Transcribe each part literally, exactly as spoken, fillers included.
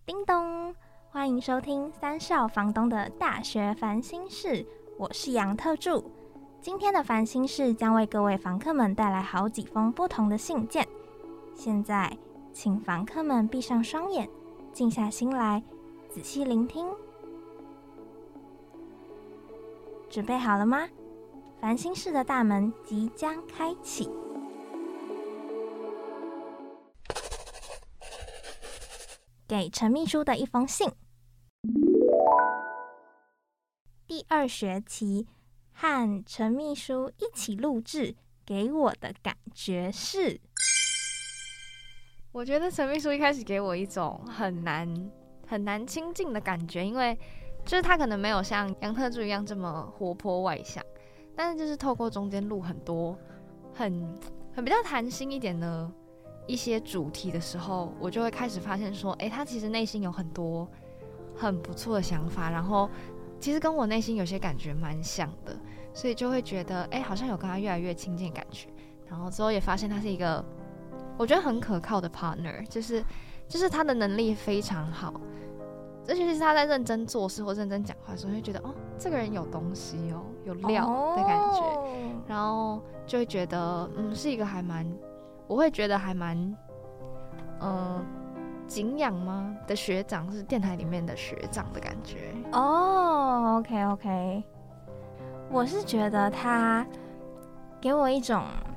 叮咚，欢迎收听三少房东的大学烦心事，我是杨特助。今天的烦心事将为各位房客们带来好几封不同的信件。现在，请房客们闭上双眼，静下心来，仔细聆听。准备好了吗？烦心事的大门即将开启。给陈秘书的一封信。第二学期和陈秘书一起录制，给我的感觉是， 我觉得陈秘书一开始给我一种很难很难亲近的感觉，因为就是他可能没有像杨特助一样这么活泼外向，但是就是透过中间录很多很很比较谈心一点的一些主题的时候，我就会开始发现说，哎、欸，他其实内心有很多很不错的想法，然后其实跟我内心有些感觉蛮像的，所以就会觉得，哎、欸，好像有跟他越来越亲近的感觉。然后之后也发现他是一个我觉得很可靠的 partner， 就是就是他的能力非常好，而且是他在认真做事或认真讲话的时候，会觉得哦，这个人有东西哦，有料的感觉， oh. 然后就会觉得，嗯，是一个还蛮。我会觉得还蛮，呃，敬仰吗的学长，是电台里面的学长的感觉。 哦、oh, ，OK OK， 我是觉得他给我一种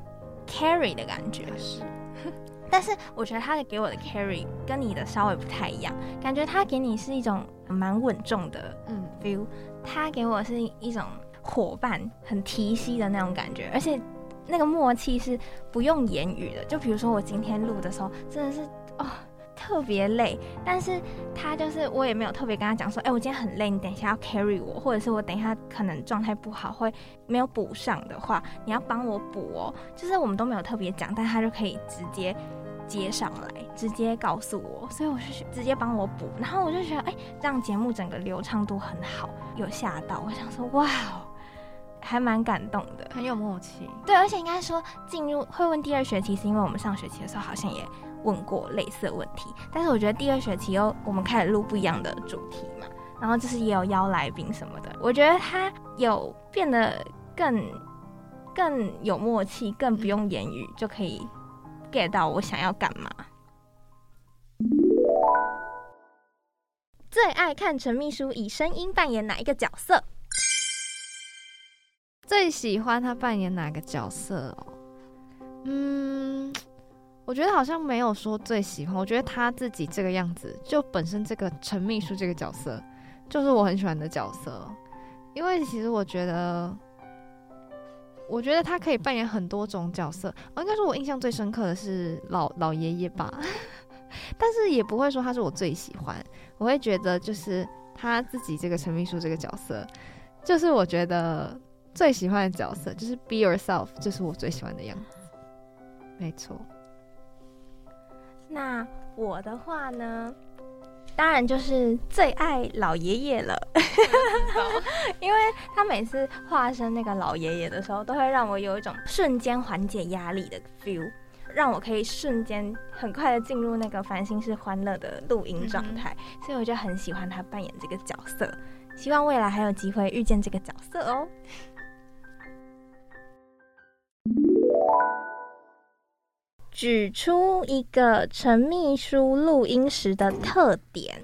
carry 的感觉， 是， 但是我觉得他的给我的 carry 跟你的稍微不太一样，感觉他给你是一种蛮稳重的 feel，、嗯、他给我是一种伙伴很提携的那种感觉，而且。那个默契是不用言语的，就比如说我今天录的时候，真的是哦特别累，但是他就是我也没有特别跟他讲说，哎、欸，我今天很累，你等一下要 carry 我，或者是我等一下可能状态不好会没有补上的话，你要帮我补哦，就是我们都没有特别讲，但他就可以直接接上来，直接告诉我，所以我就直接帮我补，然后我就觉得，哎、欸，这样节目整个流畅度很好，有吓到，我想说，哇哦。还蛮感动的， 很有默契。 对，而且应该说进入会问第二学期，是因为我们上学期的时候好像也问过类似的问题，但是我觉得第二学期又我们开始录不一样的主题嘛，然后就是也有邀来宾什么的，我觉得他有变得更更有默契，更不用言语、嗯、就可以 get 到我想要干嘛。最爱看陈秘书以声音扮演哪一个角色？ 最喜欢他扮演哪个角色哦？嗯，我觉得好像没有说最喜欢。我觉得他自己这个样子，就本身这个陈秘书这个角色，就是我很喜欢的角色。因为其实我觉得，我觉得他可以扮演很多种角色。哦，应该说我印象最深刻的是老老爷爷吧，但是也不会说他是我最喜欢。我会觉得就是他自己这个陈秘书这个角色，就是我觉得。最喜欢的角色就是 be yourself， 这是我最喜欢的样子。没错。 那我的话呢，当然就是最爱老爷爷了，因为他每次化身那个老爷爷的时候，都会让我有一种瞬间缓解压力的 feel， 让我可以瞬间很快的进入那个烦心事欢乐的录音状态、嗯，所以我就很喜欢他扮演这个角色。希望未来还有机会遇见这个角色哦。举出一个陈秘书录音时的特点，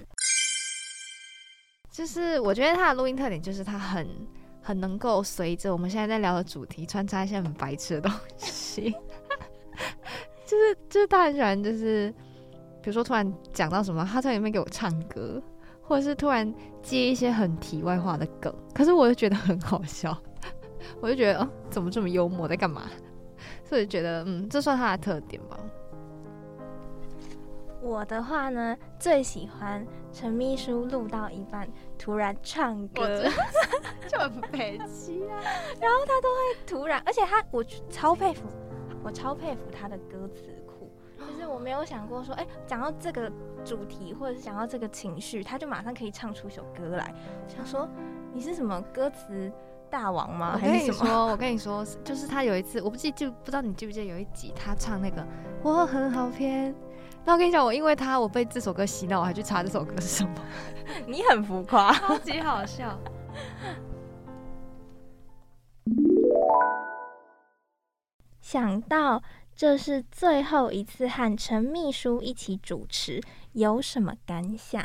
就是我觉得他的录音特点就是他很很能够随着我们现在在聊的主题穿插一些很白痴的东西，就是就是他很喜欢，就是比如说突然讲到什么，他在里面给我唱歌，或者是突然接一些很题外话的梗，可是我就觉得很好笑，我就觉得哦，怎么这么幽默，在干嘛？所以觉得，嗯，这算他的特点吧。 我的话呢，最喜欢陈秘书录到一半突然唱歌， 就很北七啊。 然后他都会突然，而且他我超佩服，我超佩服他的歌词库，就是我没有想过说，哎、欸，讲到这个主题或者是讲到这个情绪，他就马上可以唱出一首歌来。想说你是什么歌词大王吗？ 我跟你说，我跟你说，就是他有一次，我不记就不知道你记不记得有一集，他唱那个我很好骗， 那我跟你讲，我因为他，我被这首歌洗脑，我还去查这首歌是什么。 你很浮夸， 超级好笑。 想到这是最后一次和陈秘书一起主持，有什么感想？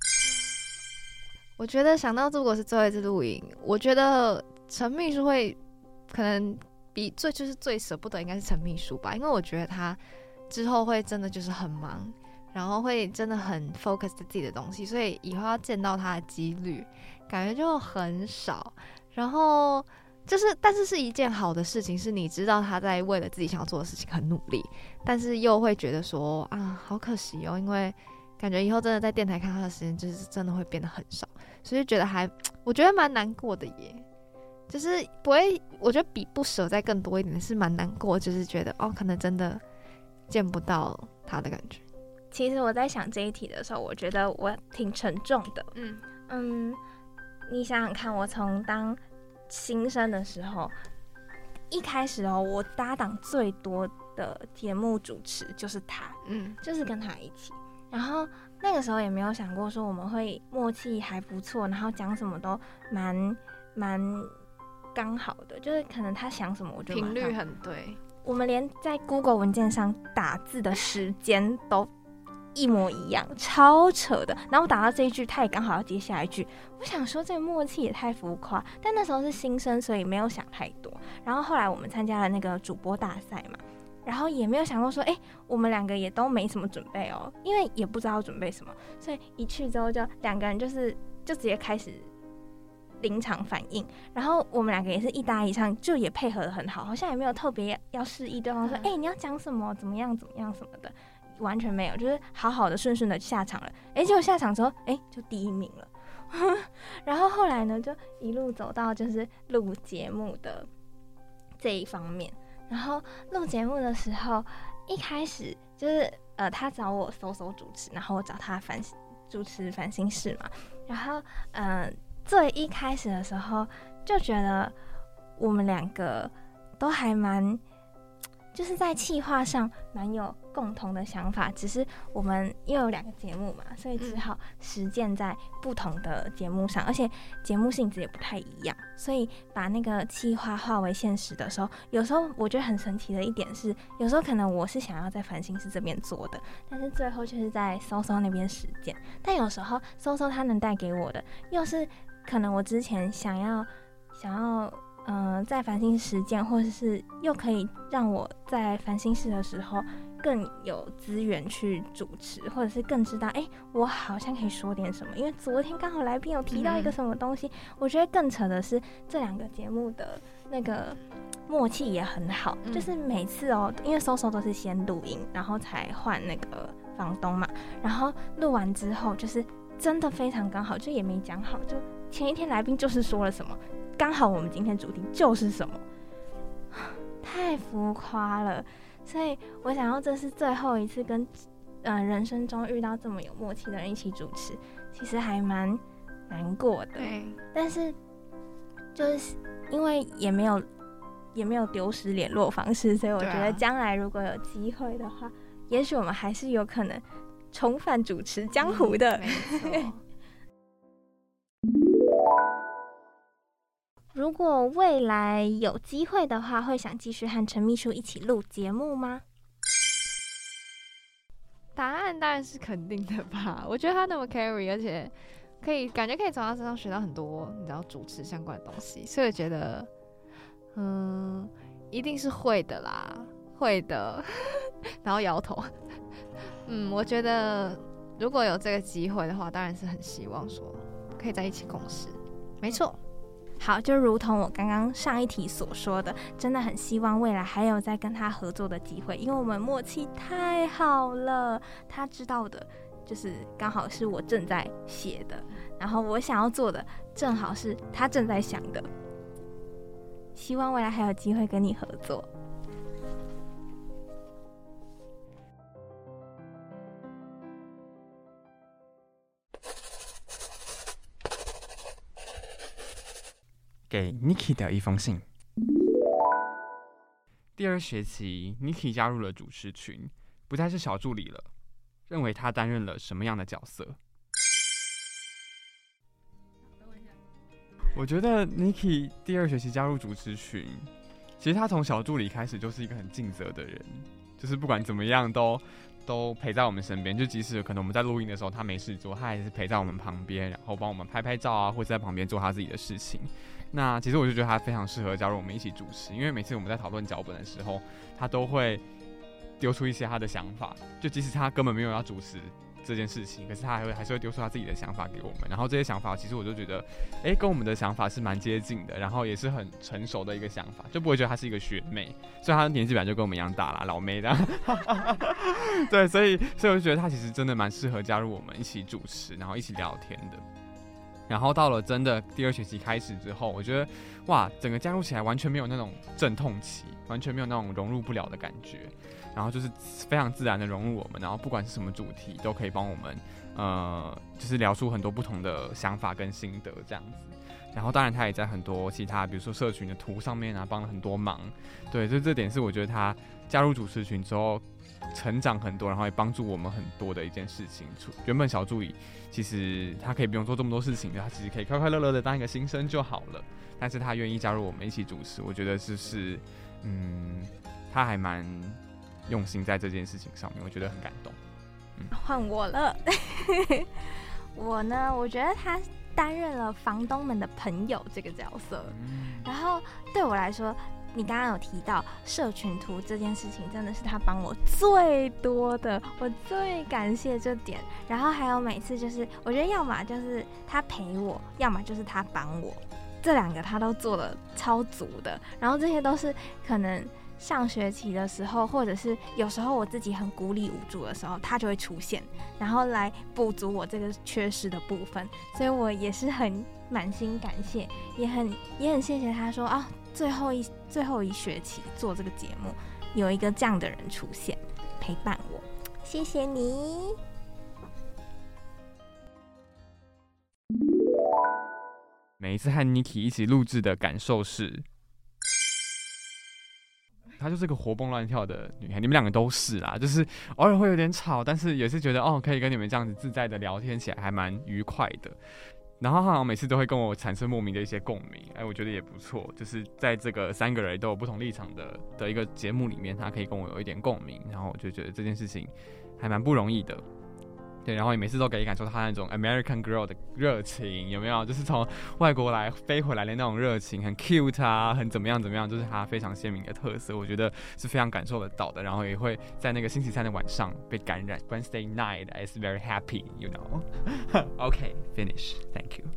我觉得想到如果是最后一次录影，我觉得陈秘书会可能比最就是最舍不得应该是陈秘书吧，因为我觉得他之后会真的就是很忙，然后会真的很 focus 在自己的东西，所以以后要见到他的几率感觉就很少。然后就是，但是是一件好的事情，是你知道他在为了自己想要做的事情很努力，但是又会觉得说啊，好可惜哦，因为感觉以后真的在电台看他的时间，就是真的会变得很少，所以就觉得还，我觉得蛮难过的耶。就是不会，我觉得比不舍再更多一点是蛮难过，就是觉得哦，可能真的见不到他的感觉。 其实我在想这一题的时候，我觉得我挺沉重的。嗯嗯，你想想看，我从当新生的时候，一开始哦，我搭档最多的节目主持就是他，嗯，就是跟他一起。然后那个时候也没有想过说我们会默契还不错，然后讲什么都蛮蛮刚好的，就是可能他想什么我就频率很对。 我们连在 Google 文件上打字的时间都一模一样，超扯的。然后我打到这一句，他也刚好要接下一句。我想说这个默契也太浮夸，但那时候是新生，所以没有想太多。然后后来我们参加了那个主播大赛嘛，然后也没有想过说，哎、欸，我们两个也都没什么准备哦，因为也不知道准备什么，所以一去之后就两个人就是就直接开始临场反应。然后我们两个也是一搭一唱，就也配合得很好，好像也没有特别要示意对方说，哎、欸，你要讲什么，怎么样怎么样什么的。完全没有，就是好好的顺顺的下场了。哎，结果下场之后，哎，就第一名了。然后后来呢，就一路走到就是录节目的这一方面。然后录节目的时候，一开始就是呃，他找我搜搜主持，然后我找他反主持繁星室嘛。然后呃，最一开始的时候就觉得我们两个都还蛮。就是在企划上蛮有共同的想法，只是我们因为有两个节目嘛，所以只好实践在不同的节目上，而且节目性质也不太一样，所以把那个企划化为现实的时候，有时候我觉得很神奇的一点是，有时候可能我是想要在繁星室这边做的，但是最后就是在搜搜那边实践，但有时候搜搜它能带给我的，又是可能我之前想要想要。嗯、呃，在繁星实践，或者是又可以让我在繁星室的时候更有资源去主持，或者是更知道，哎、欸，我好像可以说点什么。因为昨天刚好来宾有提到一个什么东西，嗯、我觉得更扯的是这两个节目的那个默契也很好，嗯、就是每次哦，因为搜搜都是先录音，然后才换那个房东嘛，然后录完之后就是真的非常刚好，就也没讲好，就前一天来宾就是说了什么。刚好我们今天主题就是什么，太浮夸了，所以我想要这是最后一次跟呃人生中遇到这么有默契的人一起主持，其实还蛮难过的。对，但是就是因为也没有也没有丢失联络方式，所以我觉得将来如果有机会的话，啊、也许我们还是有可能重返主持江湖的。嗯、没错。如果未来有机会的话，会想继续和陈秘书一起录节目吗？ 答案当然是肯定的吧。我觉得他那么 carry， 而且可以感觉可以从他身上学到很多你知道主持相关的东西，所以我觉得，嗯，一定是会的啦，会的。然后摇头。嗯，我觉得如果有这个机会的话，当然是很希望说可以在一起共事。没错。 好，就如同我刚刚上一题所说的，真的很希望未来还有再跟他合作的机会，因为我们默契太好了。他知道的就是刚好是我正在写的，然后我想要做的正好是他正在想的。希望未来还有机会跟你合作。 给 Niki 的一封信。第二学期 ，Niki 加入了主持群，不再是小助理了。 认为他担任了什么样的角色？我觉得 Niki 第二学期加入主持群，其实他从小助理开始就是一个很尽责的人，就是不管怎么样都都陪在我们身边，就即使可能我们在录音的时候他没事做，他还是陪在我们旁边，然后帮我们拍拍照啊，或者在旁边做他自己的事情。那其实我就觉得他非常适合加入我们一起主持，因为每次我们在讨论脚本的时候，他都会丢出一些他的想法，就即使他根本没有要主持这件事情，可是他还会还是会丢出他自己的想法给我们，然后这些想法其实我就觉得，哎、欸，跟我们的想法是蛮接近的，然后也是很成熟的一个想法，就不会觉得她是一个学妹，所以她年纪本来就跟我们一样大啦，老妹的，对，所以所以我就觉得她其实真的蛮适合加入我们一起主持，然后一起聊天的。然后到了真的第二学期开始之后，我觉得哇，整个加入起来完全没有那种阵痛期，完全没有那种融入不了的感觉。然后就是非常自然的融入我们，然后不管是什么主题都可以帮我们，呃，就是聊出很多不同的想法跟心得这样子。然后当然他也在很多其他，比如说社群的图上面啊，帮了很多忙。对，所以这点是我觉得他加入主持群之后成长很多，然后也帮助我们很多的一件事情。原本小助理其实他可以不用做这么多事情的，他其实可以快快乐乐的当一个新生就好了。但是他愿意加入我们一起主持，我觉得是是，嗯，他还蛮用心在这件事情上面，我觉得很感动。 换、嗯、我了，我呢，我觉得他担任了房东们的朋友这个角色，嗯、然后对我来说，你刚刚有提到社群图这件事情，真的是他帮我最多的，我最感谢这点。然后还有每次就是，我觉得要么就是他陪我，要么就是他帮我，这两个他都做得超足的。然后这些都是可能上学期的时候，或者是有时候我自己很孤立无助的时候，他就会出现，然后来补足我这个缺失的部分。所以我也是很满心感谢，也很也很谢谢他说啊，最后一最后一学期做这个节目，有一个这样的人出现陪伴我，谢谢你。 每一次和 Niki 一起录制的感受是，她就是个活蹦乱跳的女孩，你们两个都是啦，就是偶尔会有点吵，但是也是觉得哦，可以跟你们这样子自在的聊天起来，还蛮愉快的。然后好像每次都会跟我产生莫名的一些共鸣，哎，我觉得也不错。就是在这个三个人都有不同立场的的一个节目里面，他可以跟我有一点共鸣，然后我就觉得这件事情还蛮不容易的。对，然后也每次都可以感受他那种 American Girl 的热情，有没有？就是从外国来飞回来的那种热情，很 cute 啊，很怎么样怎么样，就是他非常鲜明的特色，我觉得是非常感受得到的。然后也会在那个星期三的晚上被感染。Wednesday night is very happy, you know. Okay, finish. Thank you.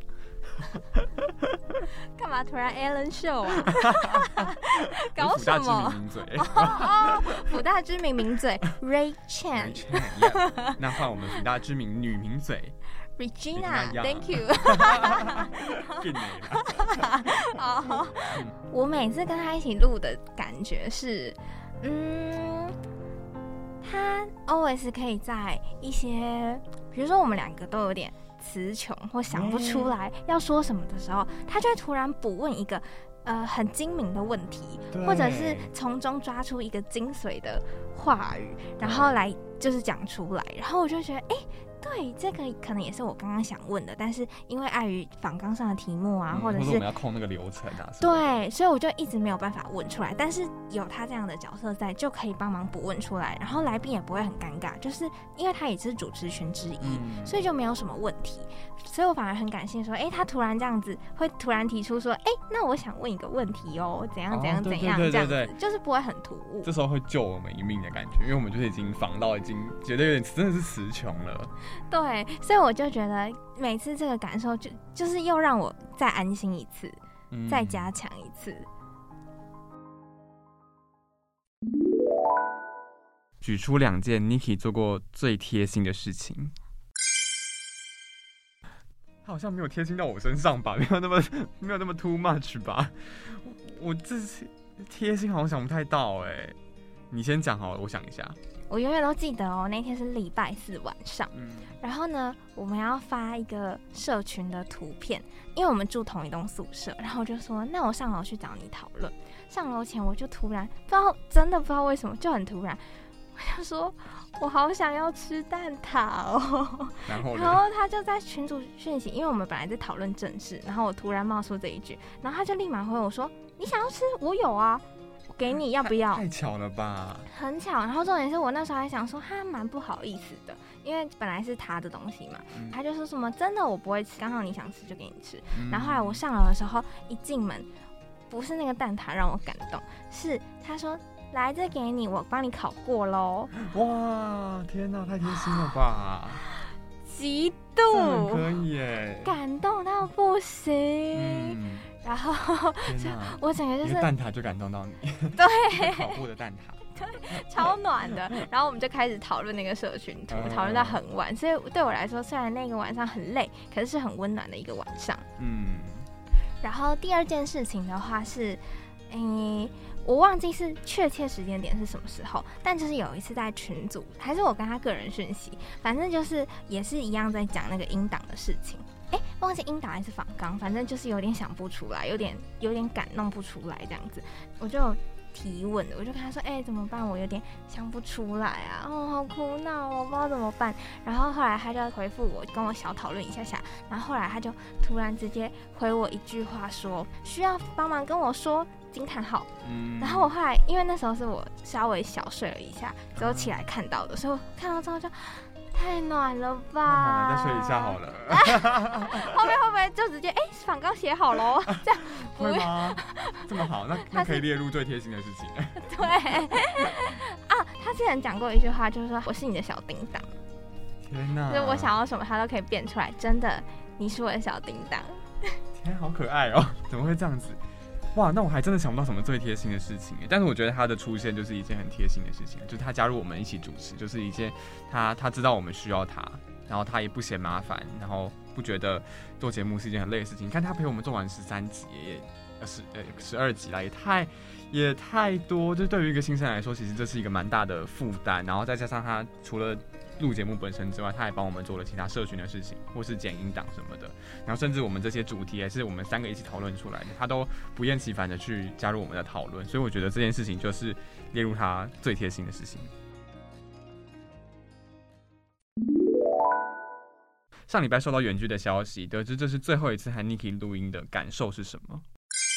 干嘛突然 Ellen Show 啊？搞什么？福大知名名嘴 Ray Chan。 yeah. 那换我们福大知名女名嘴 Regina。Thank you 更美了。 哦，我每次跟他一起录的感觉是，嗯，他 always 可以在一些，比如说我们两个都有点词穷或想不出来要说什么的时候，他就会突然补问一个呃很精明的问题，或者是从中抓出一个精髓的话语，然后来就是讲出来，然后我就觉得哎。欸对，这个可能也是我刚刚想问的，但是因为碍于访纲上的题目啊， 嗯、 或者是或者我们要控那个流程啊， 对，所以我就一直没有办法问出来。但是有他这样的角色在，就可以帮忙补问出来，然后来宾也不会很尴尬，就是因为他也是主持群之一，嗯、所以就没有什么问题。所以我反而很感谢说，哎、欸，他突然这样子会突然提出说，哎、欸，那我想问一个问题哦，怎样怎样怎样，这样子就是不会很突兀。 这时候会救我们一命的感觉，因为我们就是已经访到已经觉得有点真的是词穷了。 对，所以我就觉得每次这个感受就就是又让我再安心一次，嗯、再加强一次。 举出两件 Niki 做过最贴心的事情。他好像没有贴心到我身上吧，没有那么没有那么 too much 吧。我这是贴心好像想不太到哎、欸，你先讲好了，我想一下。 我永远都记得哦，那天是礼拜四晚上，嗯、然后呢，我们要发一个社群的图片，因为我们住同一栋宿舍，然后我就说，那我上楼去找你讨论。上楼前我就突然不知道，真的不知道为什么，就很突然， 我就说我好想要吃蛋挞哦， 然后然后他就在群组讯息，因为我们本来在讨论正事，然后我突然冒出这一句，然后他就立马回我说你想要吃，我有啊，我给你，要不要？ 太巧了吧， 很巧。然后重点是我那时候还想说他蛮不好意思的，因为本来是他的东西嘛，嗯、他就说什么真的我不会吃，刚好你想吃就给你吃。嗯、然后后来我上楼的时候一进门，不是那个蛋挞让我感动，是他说来这给你，我帮你烤过咯。 哇，天哪，太贴心了吧， 极度可以耶， 感动到不行。嗯、然后我整个就是蛋挞就感动到你， 对， 烤过的蛋挞。 对，超暖的。然后我们就开始讨论那个社群图，讨论到很晚。所以对我来说，虽然那个晚上很累，可是是很温暖的一个晚上。嗯。然后第二件事情的话是，诶，我忘记是确切时间点是什么时候，但就是有一次在群组，还是我跟他个人讯息，反正就是也是一样在讲那个音档的事情。哎，忘记音档还是访纲，反正就是有点想不出来，有点有点感弄不出来这样子，我就提问的，我就跟他说，哎、欸，怎么办？我有点想不出来啊，哦，好苦恼哦，我不知道怎么办。然后后来他就回复我，跟我小讨论一下下，然后后来他就突然直接回我一句话说，需要帮忙跟我说惊叹号。嗯，然后我后来因为那时候是我稍微小睡了一下，之后起来看到的，所以我看到之后就。太暖了吧！ 再睡一下好了。 后面会不会就直接哎，访纲写好喽？这样会吗？这么好，那那可以列入最贴心的事情。 对啊，他之前讲过一句话，就是说我是你的小叮当。 天哪！ 就是我想要什么，他都可以变出来。真的，你是我的小叮当。 天，好可爱哦！怎么会这样子？哇，那我还真的想不到什么最贴心的事情，但是我觉得他的出现就是一件很贴心的事情，就是他加入我们一起主持，就是一件他他知道我们需要他，然后他也不嫌麻烦，然后不觉得做节目是一件很累的事情。你看他陪我们做完十三集，也呃十呃十二集啦，也太也太多，就对于一个新生来说，其实这是一个蛮大的负担。然后再加上他除了录节目本身之外，他还帮我们做了其他社群的事情，或是剪音档什么的。然后甚至我们这些主题也是我们三个一起讨论出来的，他都不厌其烦的去加入我们的讨论。所以我觉得这件事情就是列入他最贴心的事情。上礼拜收到远距的消息，得知这是最后一次和 Niki 录音的感受是什么？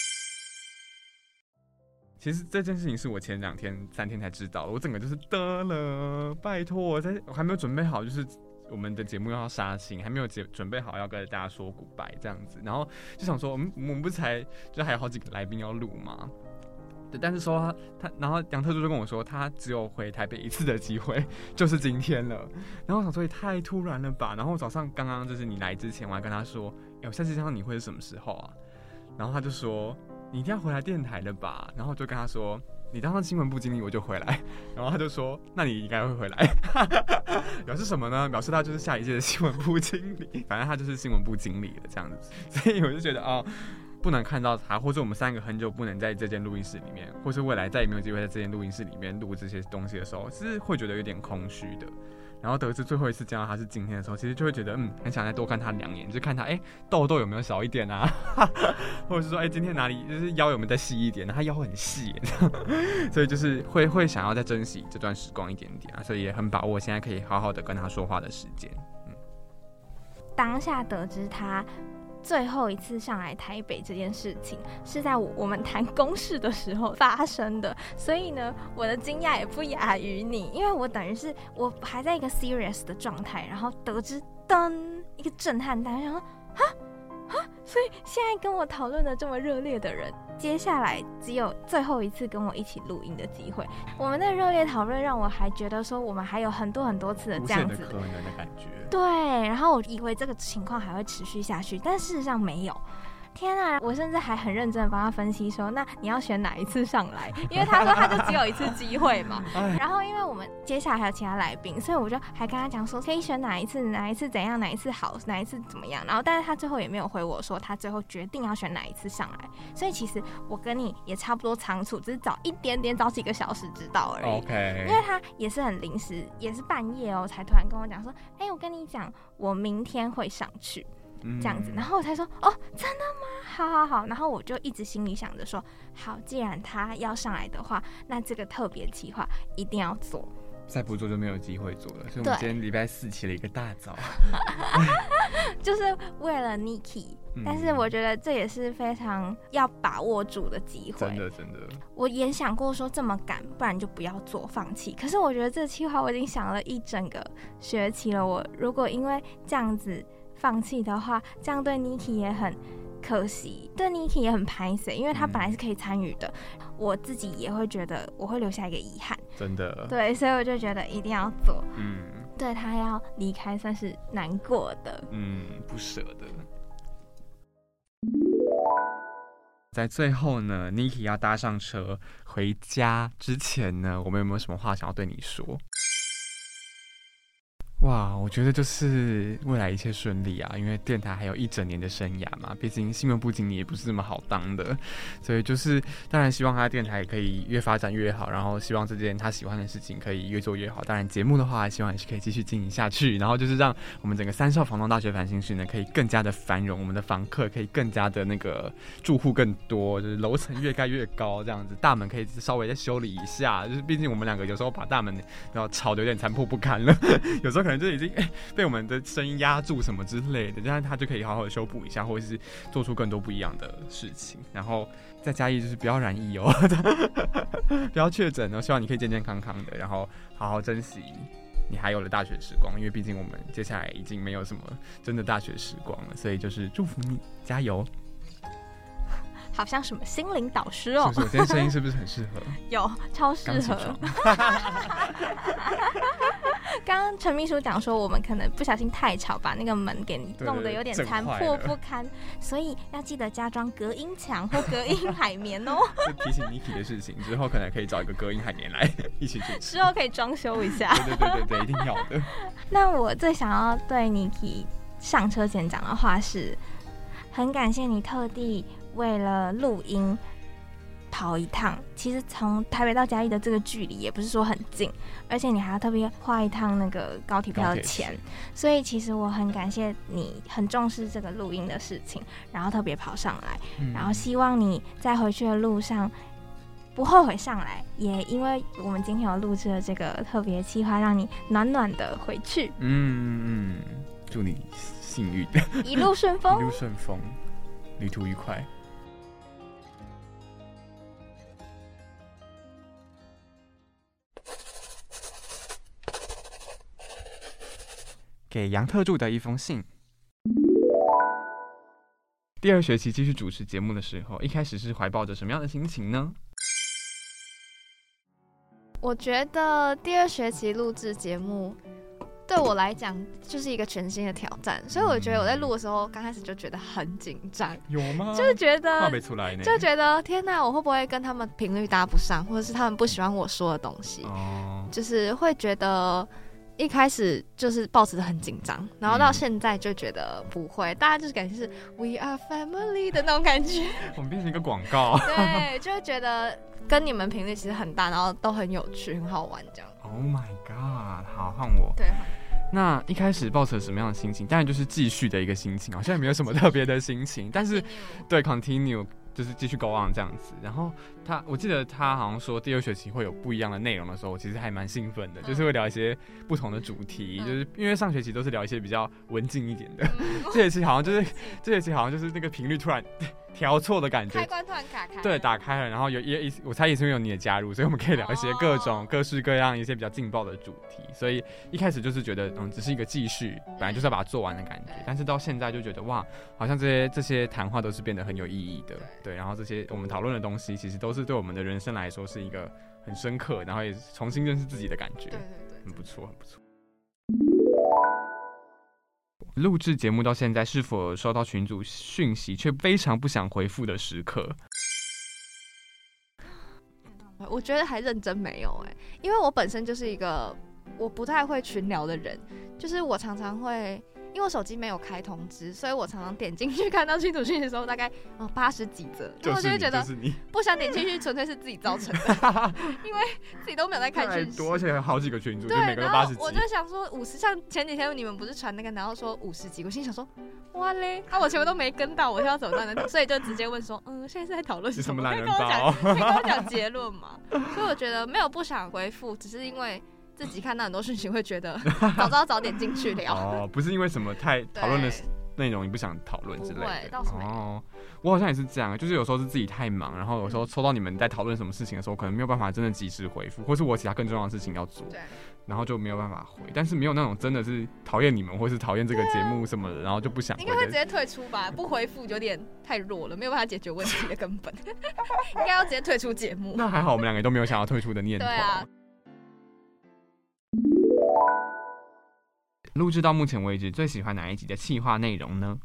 其实这件事情是我前两天、三天才知道的，我整个就是得了，拜托，我在我还没有准备好，就是我们的节目要杀青，还没有准备好要跟大家说 goodbye 这样子，然后就想说，嗯，我们不是才就还有好几个来宾要录吗？对，但是说他，他然后杨特助就跟我说，他只有回台北一次的机会，就是今天了。然后我想说也太突然了吧。然后早上刚刚就是你来之前，我还跟他说，哎、欸，我下次见到你会是什么时候啊？然后他就说。你一定要回来电台的吧？然后我就跟他说，你当上新闻部经理我就回来。然后他就说，那你应该会回来。表示什么呢？表示他就是下一届的新闻部经理。反正他就是新闻部经理了这样子。所以我就觉得哦，不能看到他，或者我们三个很久不能在这间录音室里面，或是未来再也没有机会在这间录音室里面录这些东西的时候，是会觉得有点空虚的。然后得知最后一次见到他是今天的时候，其实就会觉得嗯，很想再多看他两眼，就看他哎、欸、痘痘有没有少一点啊，或者是说哎、欸、今天哪里就是腰有没有再细一点，他腰很细，所以就是会会想要再珍惜这段时光一点点啊，所以也很把握现在可以好好的跟他说话的时间。嗯， 当下得知他最后一次上来台北这件事情是在我们谈公事的时候发生的，所以呢，我的惊讶也不亚于你，因为我等于是我还在一个 serious 的状态，然后得知噔一个震撼弹，然后哈哈，所以现在跟我讨论的这么热烈的人，接下来只有最后一次跟我一起录音的机会。我们的热烈讨论让我还觉得说我们还有很多很多次的这样子的无限的可能的感觉。 对，然后我以为这个情况还会持续下去，但事实上没有。天啊！我甚至还很认真的帮他分析说，那你要选哪一次上来？因为他说他就只有一次机会嘛。然后因为我们接下来还有其他来宾，所以我就还跟他讲说，可以选哪一次，哪一次怎样，哪一次好，哪一次怎么样。然后但是他最后也没有回我说他最后决定要选哪一次上来。所以其实我跟你也差不多仓促，只是早一点点，早几个小时知道而已。 OK。因为他也是很临时，也是半夜哦，才突然跟我讲说，哎、欸，我跟你讲，我明天会上去。这样子，然后我才说哦，真的吗？好好好，然后我就一直心里想着说，好，既然他要上来的话，那这个特别企划一定要做。 再不做就没有机会做了，所以我们今天礼拜四起了一个大早， 就是为了 Niki，嗯，但是我觉得这也是非常要把握住的机会。 真的真的， 我也想过说这么赶，不然就不要做，放弃。可是我觉得这计划我已经想了一整个学期了，我如果因为这样子放弃的话，这样对 Niki 也很可惜，对 Niki 也很拍死，因为他本来是可以参与的，嗯，我自己也会觉得我会留下一个遗憾， 真的。对， 所以我就觉得一定要做。 嗯， 对他要离开算是难过的， 嗯，不舍得。在最后呢 ，Niki 要搭上车回家之前呢，我们有没有什么话想要对你说？哇，我觉得就是未来一切顺利啊，因为电台还有一整年的生涯嘛，毕竟新闻部经理也不是这么好当的，所以就是当然希望他的电台也可以越发展越好，然后希望这件他喜欢的事情可以越做越好。当然节目的话，希望也是可以继续经营下去，然后就是让我们整个三少房东大学繁星室呢可以更加的繁荣，我们的房客可以更加的那个住户更多，就是楼层越盖越高这样子，大门可以稍微再修理一下，就是毕竟我们两个有时候把大门然后吵得有点残破不堪了，有时候可能就已经、欸、被我们的声音压住什么之类的，这样他就可以好好的修补一下，或者是做出更多不一样的事情。然后再加一就是不要染疫哦，不要确诊哦，希望你可以健健康康的，然后好好珍惜你还有了大学时光，因为毕竟我们接下来已经没有什么真的大学时光了，所以就是祝福你，加油。 好像什么心灵导师哦， 是不是？我今天声音是不是很适合？ 有，超适合。刚刚陈秘书讲说，我们可能不小心太吵，把那个门给弄得有点残破不堪，所以要记得加装隔音墙或隔音海绵哦。 就提醒 Niki 的事情，之后可能可以找一个隔音海绵来一起主持， 之后可以装修一下。 对对对对对，一定要的。 那我最想要对 Niki 上车前讲的话是，很感谢你特地为了录音跑一趟，其实从台北到嘉义的这个距离也不是说很近，而且你还要特别花一趟那个高铁票的钱，所以其实我很感谢你很重视这个录音的事情，然后特别跑上来、嗯、然后希望你在回去的路上不后悔上来，也因为我们今天有录制了这个特别企划，让你暖暖的回去。 嗯嗯，祝你幸运， 一路顺风， 一路顺风，旅途愉快。给杨特助的一封信。第二学期继续主持节目的时候，一开始是怀抱着什么样的心情呢？ 我觉得第二学期录制节目对我来讲就是一个全新的挑战，所以我觉得我在录的时候刚开始就觉得很紧张。 有吗？ 就是觉得话没出来呢， 就觉得天哪，我会不会跟他们频率搭不上，或者是他们不喜欢我说的东西、哦、就是会觉得一开始就是抱持得很紧张，然后到现在就觉得不会、嗯、大家就是感觉是 We are family 的那种感觉。 我们变成一个广告。 对，就会觉得跟你们频率其实很大，然后都很有趣很好玩这样。 Oh my god， 好，换我。 对， 那一开始抱持什么样的心情？当然就是继续的一个心情，好像也没有什么特别的心情，但是对 continue 就是继续 go on 这样子。然后他，我记得他好像说第二学期会有不一样的内容的时候，我其实还蛮兴奋的，就是会聊一些不同的主题，嗯、就是因为上学期都是聊一些比较文静一点的，嗯、这学期好像就是这学期好像就是那个频率突然调错的感觉， 开关突然打开， 对，打开了，然后有也我猜也是因为有你的加入，所以我们可以聊一些各种、哦、各式各样一些比较劲爆的主题，所以一开始就是觉得嗯，只是一个继续，本来就是要把它做完的感觉，但是到现在就觉得哇，好像这些这些谈话都是变得很有意义的，对，然后这些我们讨论的东西，其实都是对我们的人生来说是一个很深刻，然后也重新认识自己的感觉，对对对，很不错，很不错。录制节目到现在，是否收到群组讯息却非常不想回复的时刻？ 我觉得还认真没有哎、欸，因为我本身就是一个我不太会群聊的人，就是我常常会。因为我手机没有开通知，所以我常常点进去看到群组讯息的时候，大概哦八十几则，然后我就会觉得不想点进去，纯粹是自己造成的，因为自己都没有在看讯息， 多而且有好几个群组， 对， 就每个都八十几。 我就想说五十，像前几天你们不是传那个，然后说五十几，我心想说哇嘞，啊我前面都没跟到，我现在要怎么办呢？所以就直接问说，嗯，现在是在讨论什么？可以跟我讲，可以跟我讲结论嘛？所以我觉得没有不想回复，只是因为。 自己看到很多讯息会觉得早知道早点进去聊。 哦，不是因为什么太讨论的内容你不想讨论之类的。 不会，倒是没有。 哦，我好像也是这样，就是有时候是自己太忙，然后有时候收到你们在讨论什么事情的时候，可能没有办法真的及时回复，或是我其他更重要的事情要做，然后就没有办法回。但是没有那种真的是讨厌你们，或是讨厌这个节目什么的，然后就不想回。 应该会直接退出吧？不回复有点太弱了，没有办法解决问题的根本，应该要直接退出节目。 那还好，我们两个都没有想要退出的念头。 对啊。 录制到目前为止，最喜欢哪一集的企划内容呢？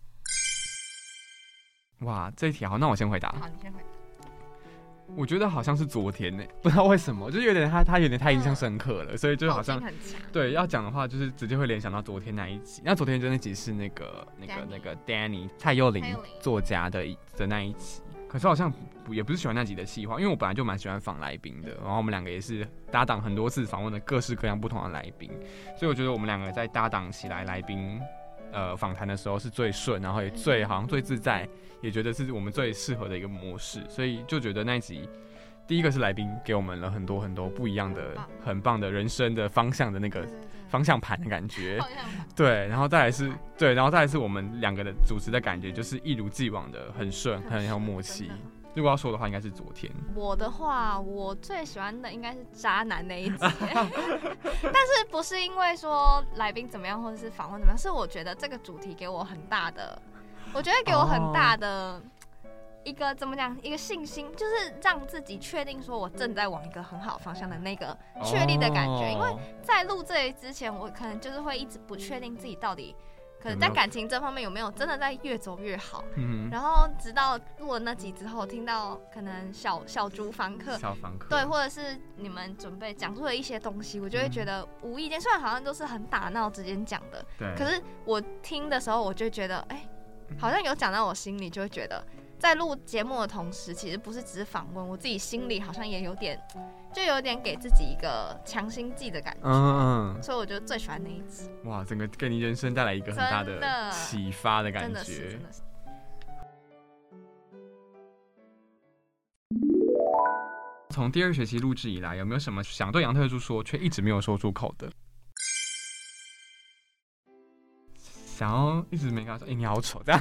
哇，这一题好，那我先回答。 好，你先回答。 我觉得好像是昨天呢、欸，不知道为什么，就是有点他他有点太印象深刻了，嗯、所以就好像对要讲的话，就是直接会联想到昨天那一集。那昨天就那集是那个那个 Danny, 那个 Danny 蔡佑玲作家的的那一集。可是好像也不是喜欢那集的企划，因为我本来就蛮喜欢访来宾的，然后我们两个也是搭档很多次访问的各式各样不同的来宾，所以我觉得我们两个在搭档起来来宾呃访谈的时候是最顺，然后也最好像最自在，也觉得是我们最适合的一个模式，所以就觉得那一集第一个是来宾给我们了很多很多不一样的很棒的人生的方向的那个方向盘的感觉，对，然后再来是对，然后再来是我们两个的主持的感觉，就是一如既往的很顺，很有默契。如果要说的话，应该是昨天。 我的话，我最喜欢的应该是渣男那一集，但是不是因为说来宾怎么样，或者是访问怎么样，是我觉得这个主题给我很大的，我觉得给我很大的一个怎么讲，一个信心，就是让自己确定说我正在往一个很好方向的那个确立的感觉。因为在录这里之前，我可能就是会一直不确定自己到底。可能在感情这方面有没有真的在越走越好？嗯，然后直到录了那集之后，听到可能小小猪房客， 小房客， 对，或者是你们准备讲出了一些东西，我就会觉得无意间，虽然好像都是很打闹之间讲的，对，可是我听的时候，我就觉得，哎、欸，好像有讲到我心里，就会觉得，在录节目的同时，其实不是只是访问，我自己心里好像也有点。就有点给自己一个强心剂的感觉，嗯嗯，所以我就最喜欢那一集。 哇，整个给你人生带来一个很大的启发的感觉。真的是，真的是。从第二学期录制以来，有没有什么想对杨特助说却一直没有说出口的？想要一直没跟他说，哎、欸，你好丑，这样。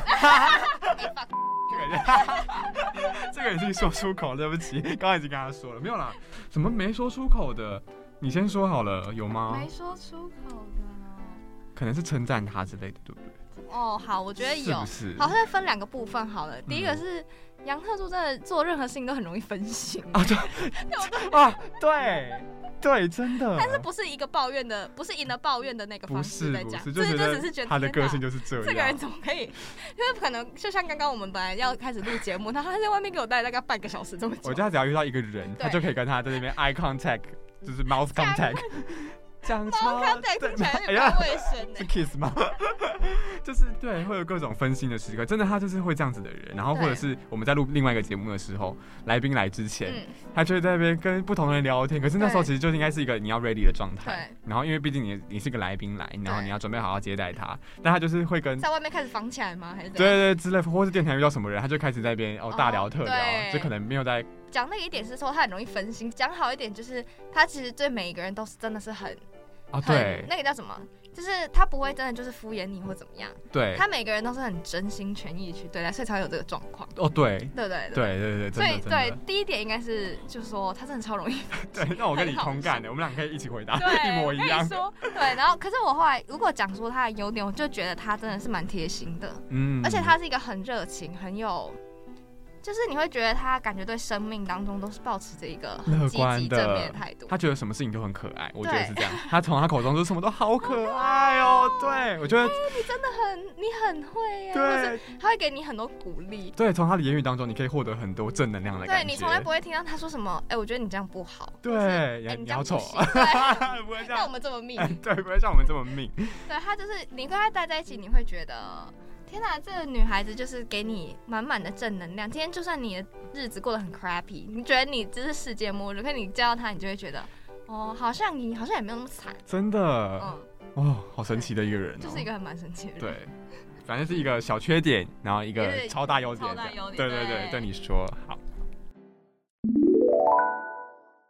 这个已经说出口，对不起，刚刚已经跟他说了，没有啦，怎么没说出口的？你先说好了，有吗？ 没说出口的， 可能是称赞他之类的，对不对？ 哦，好，我觉得有， 是不是？ 好，像分两个部分好了。第一个是杨特助真的做任何事情都很容易分心啊，对，啊，对。对，真的。 但是不是一个抱怨的，不是赢了抱怨的那个方式在讲， 就只是觉得他的个性就是这样。 这个人怎么可以？就是可能就像刚刚我们本来要开始录节目，他他在外面给我待大概半个小时这么久。 我家只要遇到一个人，他就可以跟他在那边 eye contact， 就是 mouth contact。讲超对，听起来有点不卫生呢。 是 kiss 吗？就是对，会有各种分心的时刻。真的，他就是会这样子的人。然后或者是我们在录另外一个节目的时候，来宾来之前，嗯、他就会在那边跟不同的人聊天。可是那时候其实就应该是一个你要 ready 的状态。然后因为毕竟你你是个来宾来，然后你要准备好好接待他。但他就是会跟在外面开始防起来吗？还是对对之类，或是电台遇到什么人，他就开始在那边哦大聊特聊，就可能没有在讲那个一点是说他很容易分心。讲好一点就是他其实对每一个人都是真的是很。 哦，对， 那个叫什么？就是他不会真的就是敷衍你或怎么样， 对， 他每个人都是很真心全意去对待，所以才会有这个状况。 哦，对， 对对对对对， 所以对第一点应该是就是说他真的超容易。 对，那我跟你同感的，我们俩可以一起回答，一模一样。 说对，然后可是我后来如果讲说他的优点，我就觉得他真的是蛮贴心的，嗯，而且他是一个很热情、很有。就是你会觉得他感觉对生命当中都是抱持着一个很积极正面的态度， 他觉得什么事情都很可爱，我觉得是这样。他从他口中说什么都好可爱哦，对我觉得、 欸、你真的很你很会耶， 对， 他会给你很多鼓励， 对，从他的言语当中你可以获得很多正能量的感觉。 对你从来不会听到他说什么，哎、欸，我觉得你这样不好， 对， 哎、欸，你好丑，对，不会像我们这么命， 对，不会像我们这么命。 对他就是你跟他待在一起，你会觉得。天哪，这个女孩子就是给你满满的正能量。今天就算你的日子过得很 crappy， 你觉得你这是世界末日，可是你见到她，你就会觉得，哦，好像你好像也没有那么惨。 真的，嗯，哦，好神奇的一个人、哦， 就是一个很蛮神奇的人。 对，反正是一个小缺点，然后一个超大优点。 超大优点。 对对对，对你说好。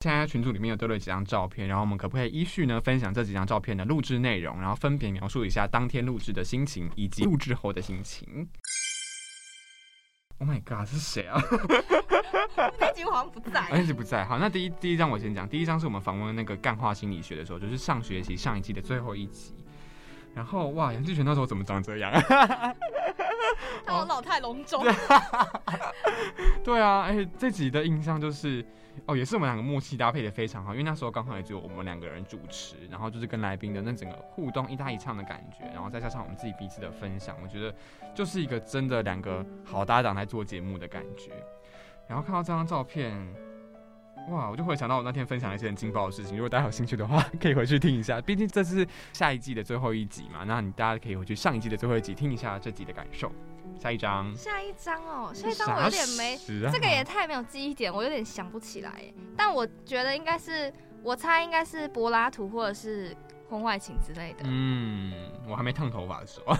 现在群组里面有丢了几张照片，然后我们可不可以依序呢分享这几张照片的录制内容，然后分别描述一下当天录制的心情以及录制后的心情。Oh my god， 这是谁啊？ 那集我好像不在， 那集不在。好，那第一第一张我先讲，第一张是我们访问那个干化心理学的时候，就是上学期上一季的最后一集。然后哇，杨志全那时候怎么长这样？ 他我老态龙钟。 对啊，哎、欸，这集的印象就是哦，也是我们两个默契搭配的非常好，因为那时候刚好也只有我们两个人主持，然后就是跟来宾的那整个互动一搭一唱的感觉，然后再加上我们自己彼此的分享，我觉得就是一个真的两个好搭档在做节目的感觉。然后看到这张照片，哇，我就回想到我那天分享了一些很劲爆的事情，如果大家有兴趣的话，可以回去听一下，毕竟这是下一季的最后一集嘛，那你大家可以回去上一季的最后一集听一下这集的感受。下一张， 下一张哦，下一张我有点没， 啊、 这个也太没有记忆点，我有点想不起来耶。但我觉得应该是，我猜应该是柏拉图或者是婚外情之类的。 嗯，我还没烫头发的时候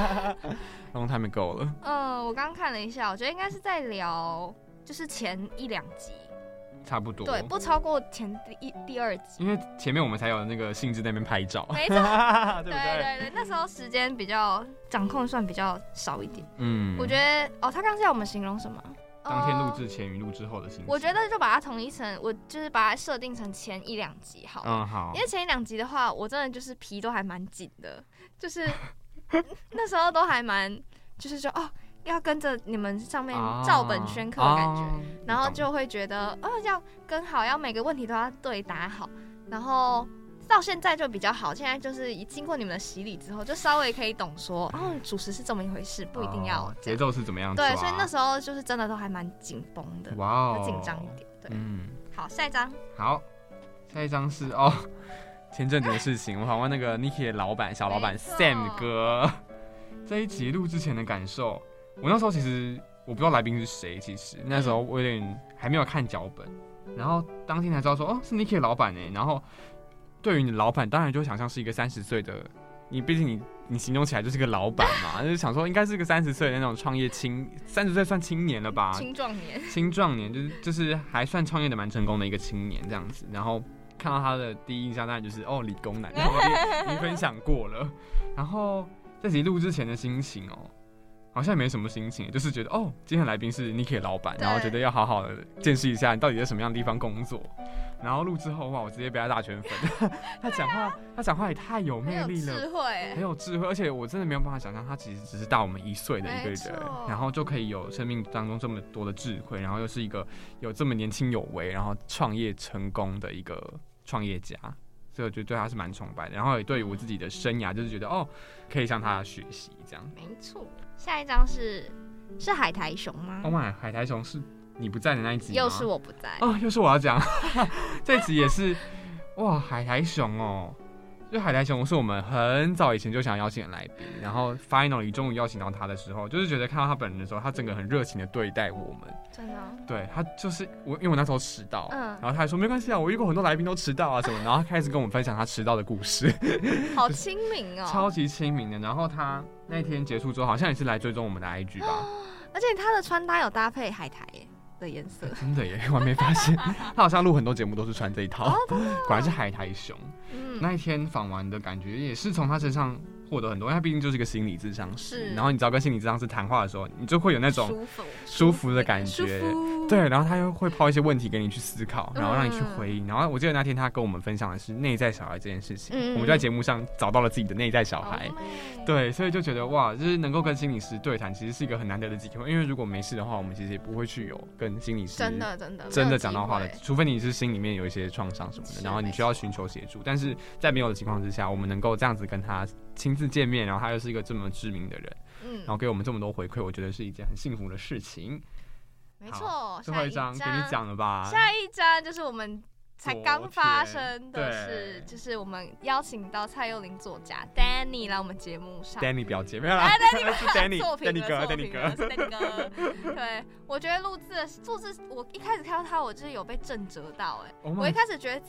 ，long time ago了。 嗯，我刚刚看了一下，我觉得应该是在聊，就是前一两集。 差不多， 对，不超过前第一、第二集， 因为前面我们才有那个兴致在那边拍照， 没错， 对不对？ 对对对，那时候时间比较掌控算比较少一点。 嗯， 我觉得哦，他刚刚要我们形容什么？ 当天录制前与录制后的心情。 我觉得就把它统一成，我就是把它设定成前一两集好了。 嗯，好。 因为前一两集的话，我真的就是皮都还蛮紧的，就是那时候都还蛮，就是说哦。要跟着你们上面照本宣科的感觉，啊、然后就会觉得哦，要跟好，要每个问题都要对答好，然后到现在就比较好，现在就是经过你们的洗礼之后，就稍微可以懂说哦，主持是这么一回事，不一定要节奏是怎么样子。 对，所以那时候就是真的都还蛮紧绷的， 哇哦， 紧张一点。对， 嗯， 好，下一张。 好，下一张是哦，前阵子的事情，我访问那个 Niki 的老板小老板 Sam 哥，这一集录之前的感受。我那时候其实我不知道来宾是谁，其实那时候我有点还没有看脚本，然后当天才知道说哦是 Niki 的老板哎，然后对于你的老板当然就想象是一个三十岁的，你毕竟你你形容起来就是个老板嘛，就是想说应该是个三十岁的那种创业青，三十岁算青年了吧？ 青壮年， 青壮年就是就是还算创业的蛮成功的一个青年这样子，然后看到他的第一印象当然就是哦理工男，已经分享过了，然后这集录之前的心情哦。好像也没什么心情，就是觉得哦，今天的来宾是 Niki 的老板，然后觉得要好好的见识一下你到底在什么样的地方工作。然后录之后哇，我直接被他大圈粉。他讲话，啊、他讲话也太有魅力了， 很有智慧， 很有智慧，而且我真的没有办法想象他其实只是大我们一岁的一个人，然后就可以有生命当中这么多的智慧，然后又是一个有这么年轻有为，然后创业成功的一个创业家。所以我觉得对他是蛮崇拜的，然后也对于我自己的生涯就是觉得哦，可以向他学习这样。 没错，下一张是是海苔熊吗 ？Oh my， 海苔熊是你不在的那一集吗？ 又是我不在哦，又是我要讲，这集也是哇，海苔熊哦。就海苔熊是我们很早以前就想邀请的来宾，然后 finally 终于邀请到他的时候，就是觉得看到他本人的时候，他整个很热情的对待我们。 真的、哦？ 对，他就是我，因为我那时候迟到，嗯，然后他还说没关系啊，我遇过很多来宾都迟到啊什么，然后他开始跟我们分享他迟到的故事， 好亲民哦， 超级亲民的。然后他那一天结束之后，好像也是来追踪我们的 I G 吧， 而且他的穿搭有搭配海苔耶。的颜色真的耶，我还没发现，他好像录很多节目都是穿这一套，哦、果然是海苔熊。嗯、那一天访完的感觉也是从他身上获得很多，因为他毕竟就是一个心理咨商师，然后你只要跟心理咨商师谈话的时候，你就会有那种舒服舒服的感觉，对，然后他又会抛一些问题给你去思考，然后让你去回应。嗯、然后我记得那天他跟我们分享的是内在小孩这件事情，嗯、我们就在节目上找到了自己的内在小孩，对，所以就觉得哇，就是能够跟心理师对谈，其实是一个很难得的机会，因为如果没事的话，我们其实也不会去有跟心理师真的真的真的讲到话的，除非你是心里面有一些创伤什么的，然后你需要寻求协助。但是在没有的情况之下，我们能够这样子跟他亲自见面，然后他又是一个这么知名的人，嗯，然后给我们这么多回馈，我觉得是一件很幸福的事情。 没错， 最后一张给你讲了吧？ 下一张就是我们才刚发生的事，就是我们邀请到蔡佑玲作家 Danny 来我们节目上。 Danny 表姐没有啦， 是 Danny，Danny 哥 ，Danny 哥，是 Danny 哥。对，我觉得录制的录制，我一开始看到他，我就是有被震折到，哎，我一开始觉得自己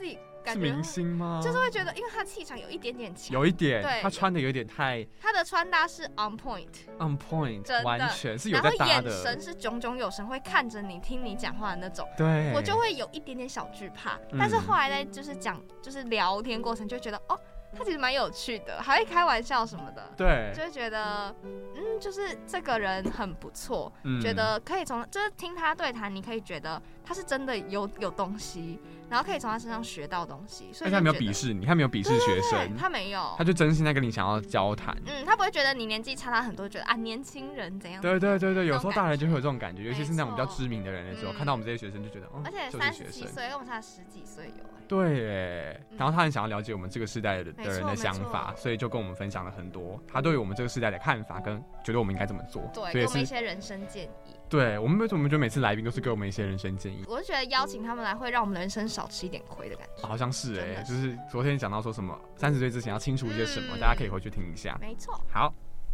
感觉是明星吗？ 就是会觉得，因为他气场有一点点强， 有一点， 对， 他穿的有点太， 他的穿搭是 on point on point， 真的完全是有在搭的， 然后眼神是炯炯有神，会看着你听你讲话的那种， 对， 我就会有一点点小惧怕， 嗯、 但是后来在就是讲就是聊天过程就觉得哦。他其实蛮有趣的，还会开玩笑什么的， 对， 就会觉得，嗯，就是这个人很不错， 嗯、 觉得可以从就是听他对谈，你可以觉得他是真的有有东西，然后可以从他身上学到东西。所以他没有鄙视你，他没有鄙视学生， 对对对他没有， 他就真心在跟你想要交谈。 嗯，他不会觉得你年纪差他很多，觉得啊年轻人怎样。 对对对对，有时候大人就会有这种感觉，尤其是那种比较知名的人的时候， 嗯、 看到我们这些学生就觉得，哦， 而且三十几岁跟我们差十几岁有。 对耶，然后他很想要了解我们这个世代的人的想法，所以就跟我们分享了很多他对于我们这个世代的看法，跟觉得我们应该怎么做。 对，给我们一些人生建议。 对，我们为什么觉得每次来宾都是给我们一些人生建议？ 我就觉得邀请他们来会让我们的人生少吃一点亏的感觉。 好像是哎，就是昨天讲到说什么三十岁之前要清楚一些什么，嗯、大家可以回去听一下。 没错。 好。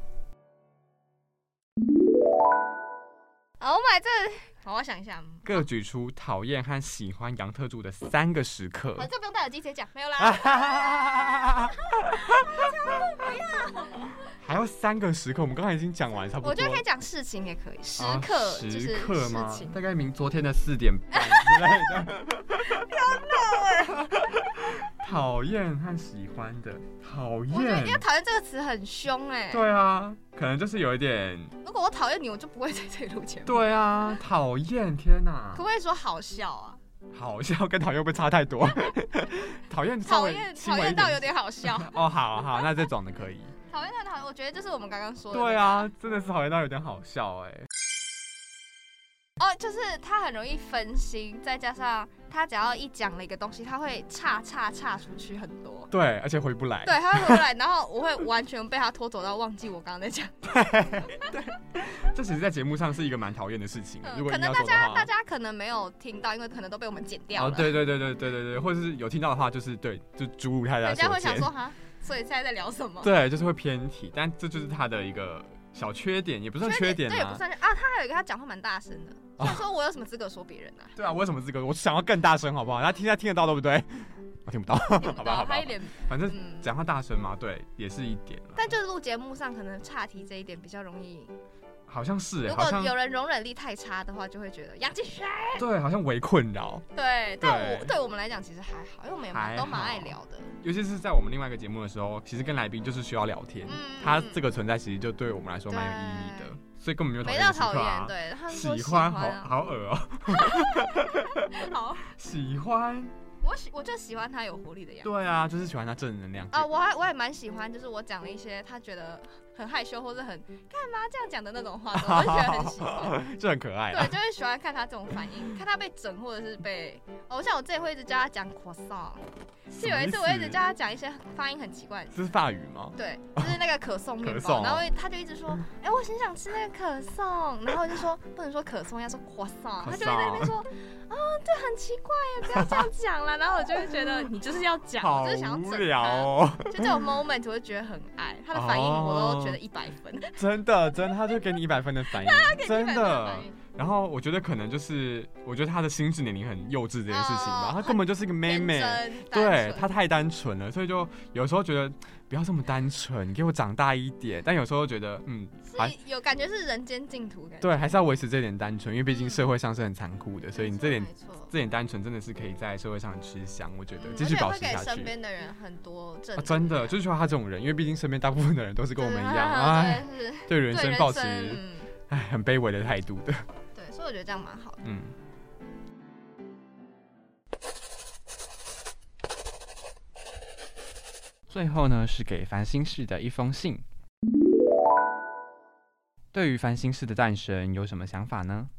Oh my， 这好，我想一下。 各举出讨厌和喜欢杨特助的三个时刻。 这不用戴耳机直接讲，没有啦。不要。 还要三个时刻，我们刚才已经讲完差不多。 我觉得可以讲事情也可以，时刻、啊、 时刻吗？ 就是大概明昨天的四点半之类的。 天哪！ 讨厌和喜欢的，讨厌。 我觉得因为讨厌这个词很凶哎、欸。 对啊，可能就是有一点。 如果我讨厌你，我就不会在这里录节目。 对啊，讨厌，天哪！ 可不可以说好笑啊？ 好笑跟讨厌会不会差太多？讨厌讨厌讨厌到有点好笑。 哦，好好，那这种的可以。 讨厌到讨厌，我觉得就是我们刚刚说的、 那個。对啊，真的是讨厌到有点好笑哎、欸。 哦，就是他很容易分心，再加上他只要一讲了一个东西，他会岔岔岔出去很多。 对，而且回不来。 对，他会回不来，然后我会完全被他拖走到忘记我刚刚在讲。 对对，这其实，在节目上是一个蛮讨厌的事情。嗯、如果可能大家大家可能没有听到，因为可能都被我们剪掉了。 哦，对对对对对对对，或者是有听到的话，就是对，就诸如太太所见。 人家会想说哈，所以现在在聊什么？ 对，就是会偏题，但这就是他的一个小缺点，也不算缺点啊。 对，也不算啊。他还有一个，他讲话蛮大声的。所以说我有什么资格说别人啊？ 对啊，我有什么资格？我想要更大声，好不好？他听他听得到，对不对？我听不到， 听不到好吧，好吧。 他一脸， 反正讲话大声嘛，对，也是一点。 但就是录节目上，可能岔题这一点比较容易。 好像是哎， 如果有人容忍力太差的话，就会觉得杨继轩。 对，好像为困扰。 对，但我对我们来讲其实还好，因为我们也都蛮爱聊的。 尤其是在我们另外一个节目的时候，其实跟来宾就是需要聊天，嗯、他这个存在其实就对我们来说蛮有意义的。所以根本没有讨厌、啊， 没到讨厌，对，他喜欢， 喜欢好好恶哦、 喔，好喜欢， 我喜我就喜欢他有活力的样子， 对啊，就是喜欢他正能量啊、 呃，我还我也蛮喜欢，就是我讲了一些他觉得很害羞或者很干嘛这样讲的那种话，我就觉得很喜欢， 就很可爱， 对，就会喜欢看他这种反应，看他被整或者是被，哦，像我之前会一直叫他讲 croissant。是有一次，我一直叫他讲一些发音很奇怪的， 这是法语吗？ 对，就是那个可颂面包，然后他就一直说，哎、欸，我很想吃那个可颂，然后我就说不能说可颂，要说 croissant， 他就在那边说，哦，这很奇怪耶，不要这样讲啦。然后我就会觉得你就是要讲，我就是想要整他， 哦、 就这种 moment 我就觉得很爱他的反应，我都觉得一百分， 哦、真的，真的，他就给你一百分的反应，真的。然后我觉得可能就是，我觉得他的心智年龄很幼稚这件事情吧， oh, 他根本就是一个妹妹，对他太单纯了，所以就有时候觉得不要这么单纯，你给我长大一点。但有时候觉得，嗯， 是有感觉是人间净土感觉， 对，还是要维持这点单纯，因为毕竟社会上是很残酷的，嗯、所以你这点这点单纯真的是可以在社会上吃香，我觉得继续保持下去。 而且会给身边的人很多正、 啊，真的就是说他这种人，因为毕竟身边大部分的人都是跟我们一样，哎，对人生抱持哎很卑微的态度的。 所以我觉得这样蛮好的。嗯。 最后呢，是给繁星室的一封信。对于繁星室的诞生有什么想法呢？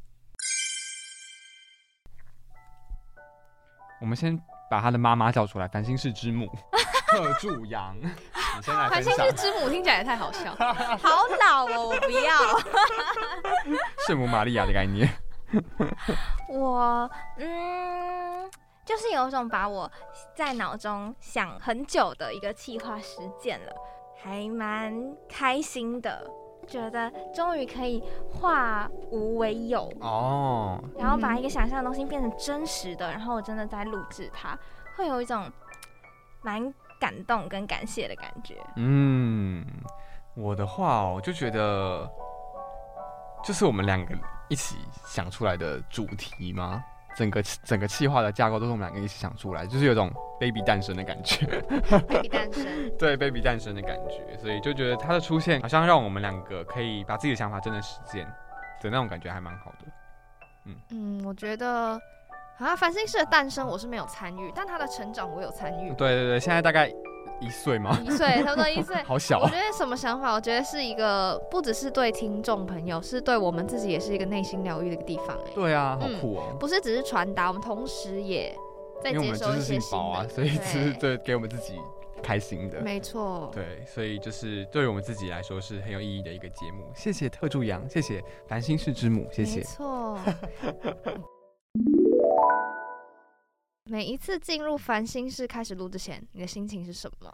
我们先把他的妈妈叫出来，繁星室之母特助杨。你先来分享。 繁星室之母听起来也太好笑，好老哦，我不要。 圣母玛利亚的概念。 我嗯，就是有种把我在脑中想很久的一个企划实践了，还蛮开心的，觉得终于可以化无为有哦，然后把一个想象的东西变成真实的，然后我真的在录制它，会会有一种蛮感动跟感谢的感觉。 嗯，我的话我就觉得，就是我们两个一起想出来的主题吗？整个整个企划的架构都是我们两个一起想出来，就是有种 baby 诞生的感觉。 baby 诞生， 对 baby 诞生的感觉，所以就觉得他的出现好像让我们两个可以把自己的想法真的实践的那种感觉，还蛮好的。嗯嗯，我觉得啊，繁星式的诞生我是没有参与，但他的成长我有参与。 对对对，现在大概一岁吗？ 一岁，差不多一岁， 好小、啊。 我觉得什么想法？我觉得是一个不只是对听众朋友，是对我们自己也是一个内心疗愈的一个地方、欸。 对啊，好酷哦、 嗯！不是只是传达，我们同时也在接收一些新的啊，所以只是对给我们自己开心的。 没错。 对，所以就是对于我们自己来说是很有意义的一个节目。谢谢特助羊，谢谢繁星式之母，谢谢。 没错。每一次进入繁星室开始录之前，你的心情是什么？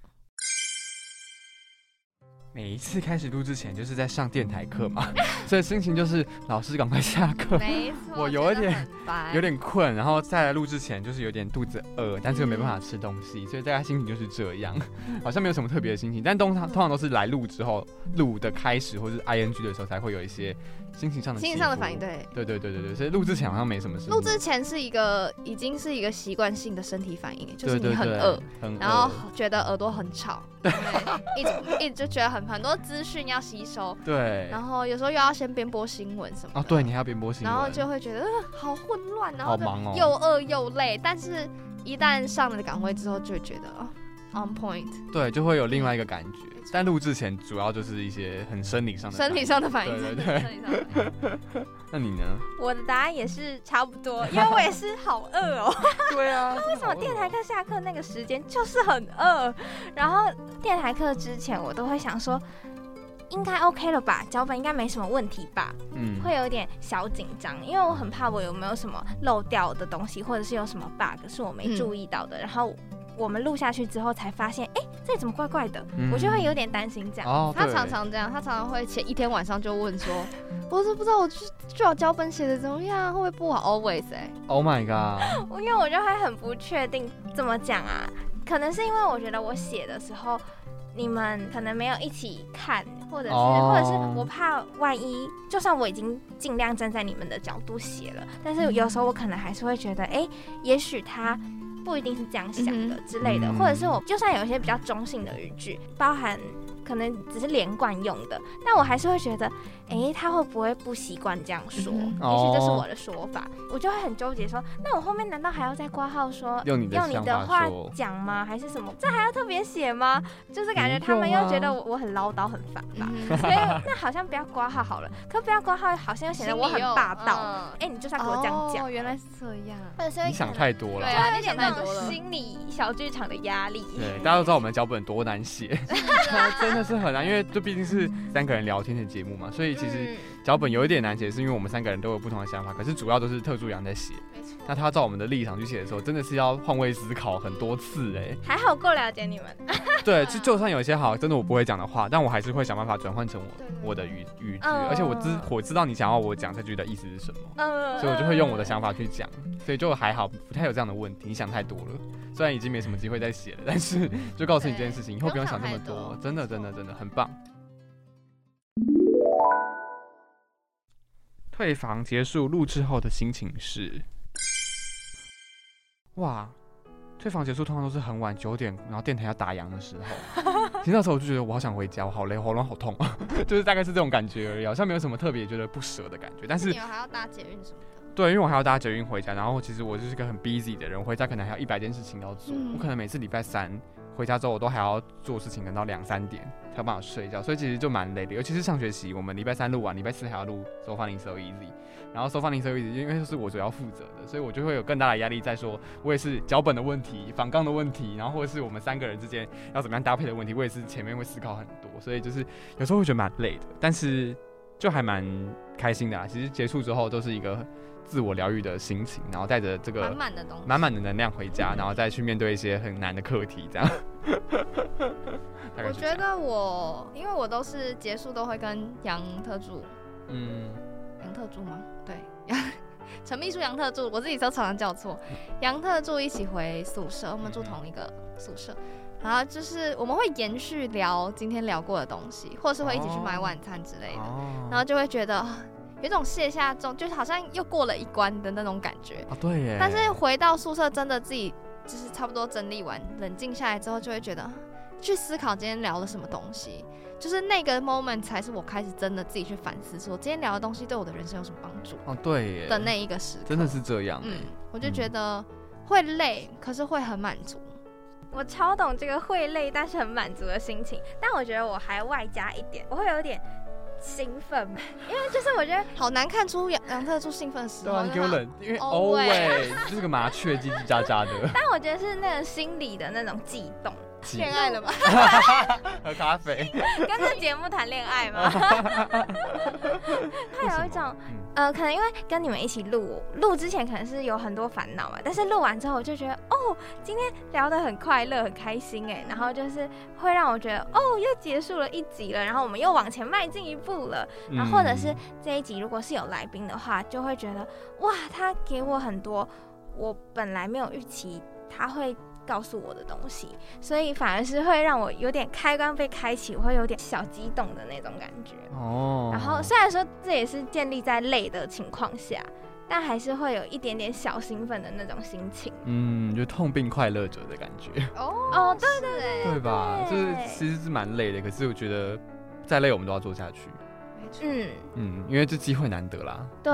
每一次开始录之前，就是在上电台课嘛，所以心情就是老师赶快下课。 没错， 我有一点有点困，然后在来录之前就是有点肚子饿，但是又没办法吃东西，嗯、所以大家心情就是这样，好像没有什么特别的心情。但通常通常都是来录之后，录的开始或是 I N G 的时候才会有一些心情上的心情上的反应。对对对对对对，所以录之前好像没什么事。 录之前是一个已经是一个习惯性的身体反应，就是你很饿，然后觉得耳朵很吵，对，一直一直就觉得很很多资讯要吸收， 对， 然后有时候又要先编播新闻什么的。 哦，对，你还要编播新闻， 然后就会觉得、呃、好混乱，然后就好忙哦， 又饿又累，但是一旦上了岗位之后，就会觉得哦 on point， 对，就会有另外一个感觉。但录制前主要就是一些很生理上的身体上的反应， 对对对。那你呢？ 我的答案也是差不多，因为我也是好饿哦。 对啊。 那为什么电台课下课那个时间就是很饿？然后电台课之前我都会想说，应该 OK 了吧，脚本应该没什么问题吧？嗯，会有一点小紧张，因为我很怕我有没有什么漏掉的东西，或者是有什么 bug 是我没注意到的，嗯、然后。我们录下去之后才发现，哎、欸，这怎么怪怪的？嗯、我就会有点担心这样。 哦、 他常常这样，他常常会前一天晚上就问说：“我都不知道我最好脚本写的怎么样，会不会不好 ？”Always 哎、欸。 Oh my god！ 因为我就会很不确定怎么讲啊，可能是因为我觉得我写的时候，你们可能没有一起看，或者是、oh. 或者是我怕万一，就算我已经尽量站在你们的角度写了，但是有时候我可能还是会觉得，哎、欸，也许他。不一定是这样想的之类的，嗯、或者是我就算有一些比较中性的语句，包含可能只是连贯用的，但我还是会觉得，哎、欸，他会不会不习惯这样说？嗯、也许这是我的说法，哦、我就会很纠结说，那我后面难道还要再括号说用你的用你的话讲吗？还是什么？这还要特别写吗？就是感觉他们又觉得我我很唠叨很烦吧，嗯、所以那好像不要括号好了，可不要括号好像又显得我很霸道。哎、嗯欸，你就是要给我这样讲、 哦，原来是这样， 你想太多了， 对啊，你想太多了，心理小剧场的压力。 对，大家都知道我们的脚本多难写，真的是很难，因为这毕竟是三个人聊天的节目嘛，所以其实脚本有一点难写，是因为我们三个人都有不同的想法，可是主要都是特助羊在写。那他照我们的立场去写的时候，真的是要换位思考很多次哎、欸。 还好够了解你们。 对，就就算有些好，真的我不会讲的话，但我还是会想办法转换成我我的语语句，而且我知我知道你想要我讲这句的意思是什么，嗯、所以我就会用我的想法去讲，所以就还好，不太有这样的问题。你想太多了，虽然已经没什么机会再写了，但是就告诉你这件事情，以后不用想这么多，真的真的真的很棒。退房结束录制后的心情是，哇，退房结束通常都是很晚九点，然后电台要打烊的时候，其实那时候我就觉得我好想回家，我好累，喉咙好痛，就是大概是这种感觉而已，好像没有什么特别觉得不舍的感觉。但是你们还要搭捷运什么的？ 对，因为我还要搭捷运回家，然后其实我就是个很 busy 的人，回家可能还有一百件事情要做，嗯、我可能每次礼拜三回家之后，我都还要做事情，等到两三点才有办法睡觉，所以其实就蛮累的。尤其是上学期，我们礼拜三录完，礼拜四还要录 So Funny So Easy， 然后 So Funny So Easy 因为是我主要负责的，所以我就会有更大的压力在说，我也是脚本的问题、访纲的问题，然后或者是我们三个人之间要怎么样搭配的问题，我也是前面会思考很多，所以就是有时候会觉得蛮累的，但是就还蛮开心的啦。其实结束之后都是一个自我疗愈的心情，然后带着这个满满的东西、 满满的能量回家，然后再去面对一些很难的课题，这样。 我觉得我，因为我都是结束都会跟杨特助，嗯，杨特助吗？对， 陈秘书杨特助，我自己都常常叫错。杨特助一起回宿舍，我们住同一个宿舍，然后就是我们会延续聊今天聊过的东西，或是会一起去买晚餐之类的，哦、然后就会觉得有一种卸下重，就好像又过了一关的那种感觉。 啊，对耶。 但是回到宿舍，真的自己就是差不多整理完、冷静下来之后，就会觉得去思考今天聊了什么东西。就是那个 moment 才是我开始真的自己去反思，说今天聊的东西对我的人生有什么帮助。 哦，对耶。 的那一个时刻， 真的是这样。 嗯，我就觉得会累，可是会很满足。 我超懂这个会累但是很满足的心情，但我觉得我还外加一点，我会有点兴奋，因为就是我觉得好难看出杨杨特助兴奋的时候。 对啊，你给我冷，因为 always 就是个麻雀叽叽喳喳的。 但我觉得是那个心里的那种悸动。 恋爱了吗？ 喝咖啡， 跟这节目谈恋爱吗？他有一种，呃，可能因为跟你们一起录，录之前可能是有很多烦恼嘛，但是录完之后我就觉得，哦，今天聊得很快乐，很开心哎，然后就是会让我觉得，哦，又结束了一集了，然后我们又往前迈进一步了，然后或者是这一集如果是有来宾的话，就会觉得，哇，他给我很多我本来没有预期他会告诉我的东西，所以反而是会让我有点开关被开启，我会有点小激动的那种感觉。哦。然后虽然说这也是建立在累的情况下，但还是会有一点点小兴奋的那种心情。 嗯，就痛并快乐着的感觉。 哦哦，对对对， 对吧？就是其实是蛮累的，可是我觉得再累我们都要做下去。 没错。 嗯嗯，因为这机会难得啦。 对。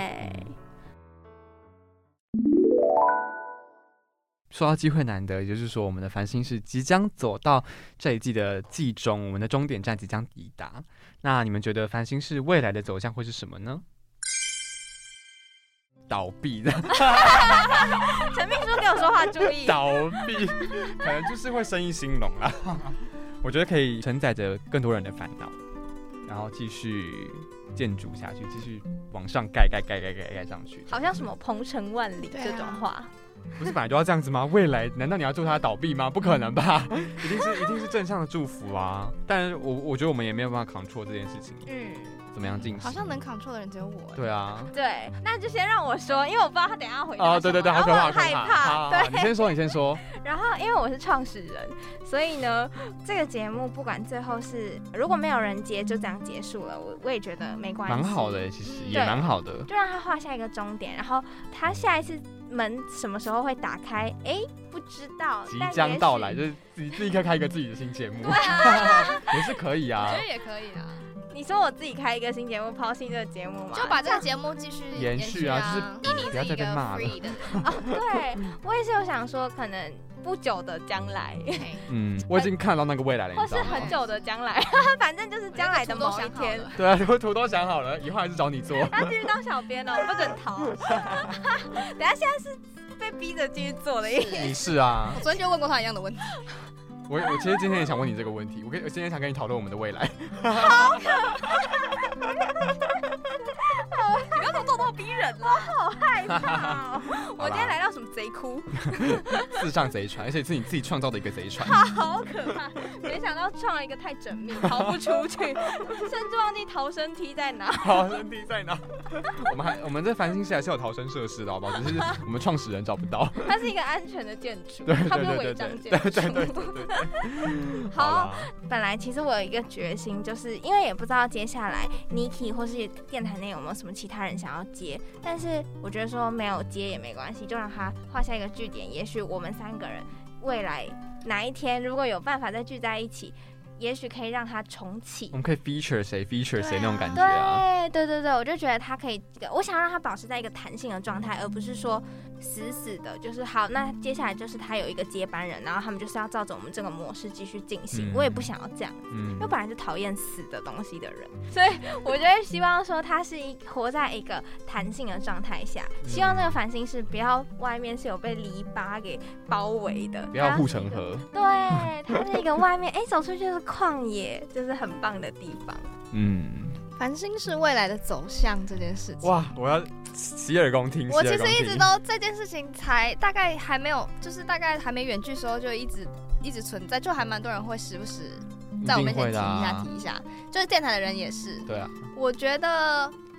说到机会难得，也就是说我们的繁星是即将走到这一季的季中，我们的终点站即将抵达。那你们觉得繁星是未来的走向会是什么呢？倒闭的。 陈秘书给我说话注意。 倒闭，可能就是会生意兴隆啦。我觉得可以承载着更多人的烦恼，然后继续建筑下去，继续往上盖盖盖盖盖盖上去。 好像什么鹏程万里这种话。 不是本来就要这样子吗？未来难道你要祝他倒闭吗？不可能吧，一定是一定是正向的祝福啊！但是我我觉得我们也没有办法 control 这件事情，嗯，怎么样进行？ 好像能 control 的人只有我。 对啊， 对，那就先让我说，因为我不知道他等一下回答什么。 哦，对对对，好可怕， 我害怕。 对，你先说，你先说。 然后因为我是创始人，所以呢，这个节目不管最后是如果没有人接，就这样结束了，我我也觉得没关系， 蛮好的，其实也蛮好的， 就让他画下一个终点，然后他下一次门什么时候会打开？哎，不知道， 即将到来，就是自己立刻开一个自己的新节目， 对啊， 也是可以啊， 我觉得也可以啊。 你说我自己开一个新节目，抛弃这个节目吗？ 就把这个节目继续延续啊，就是不要再被骂了。 哦，对，我也是有想说，可能不久的将来， 嗯，我已经看到那个未来了， 或是很久的将来，反正就是将来的某一天。 对啊，我图都想好了，以后还是找你做。 他继续当小编了，我不准逃。等下现在是被逼着继续做的意思。 你是啊， 我昨天就问过他一样的问题。 我我其实今天也想问你这个问题，我跟我今天想跟你讨论我们的未来。 好可怕！你不要这么咄咄逼人了，我好害怕、哦。我今天来到什么贼窟？ 自上贼船，而且是你自己创造的一个贼船。 好可怕！没想到创了一个太缜密，逃不出去，甚至忘记逃生梯在哪。 逃生梯在哪？我们还我们这繁星系还是有逃生设施的，好不好？只是我们创始人找不到。 它是一个安全的建筑， 对它不是违章建筑。 对对对对对。 好，本来其实我有一个决心，就是因为也不知道接下来 Niki 或是电台内有没有什么其他人想要接，但是我觉得说没有接也没关系，就让他画下一个句点。也许我们三个人未来哪一天如果有办法再聚在一起，也许可以让他重启。 我们可以 feature 谁 feature 谁、啊、那种感觉啊。 对对对对，我就觉得他可以，我想让他保持在一个弹性的状态，而不是说死死的，就是好，那接下来就是他有一个接班人，然后他们就是要照着我们这个模式继续进行、嗯。我也不想要这样子，嗯、因为本来就讨厌死的东西的人，所以我就会希望说他是一活在一个弹性的状态下，希望这个繁星是不要外面是有被篱笆给包围的， 不要护城河。 对，它是一个外面哎、欸、走出去就是旷野，就是很棒的地方。嗯。 繁星是未来的走向这件事情， 哇！我要洗耳恭听。 我其实一直都这件事情才大概还没有，就是大概还没远距的时候就一直一直存在，就还蛮多人会时不时在我面前提一下、啊、提一下，就是电台的人也是。 对啊。 我觉得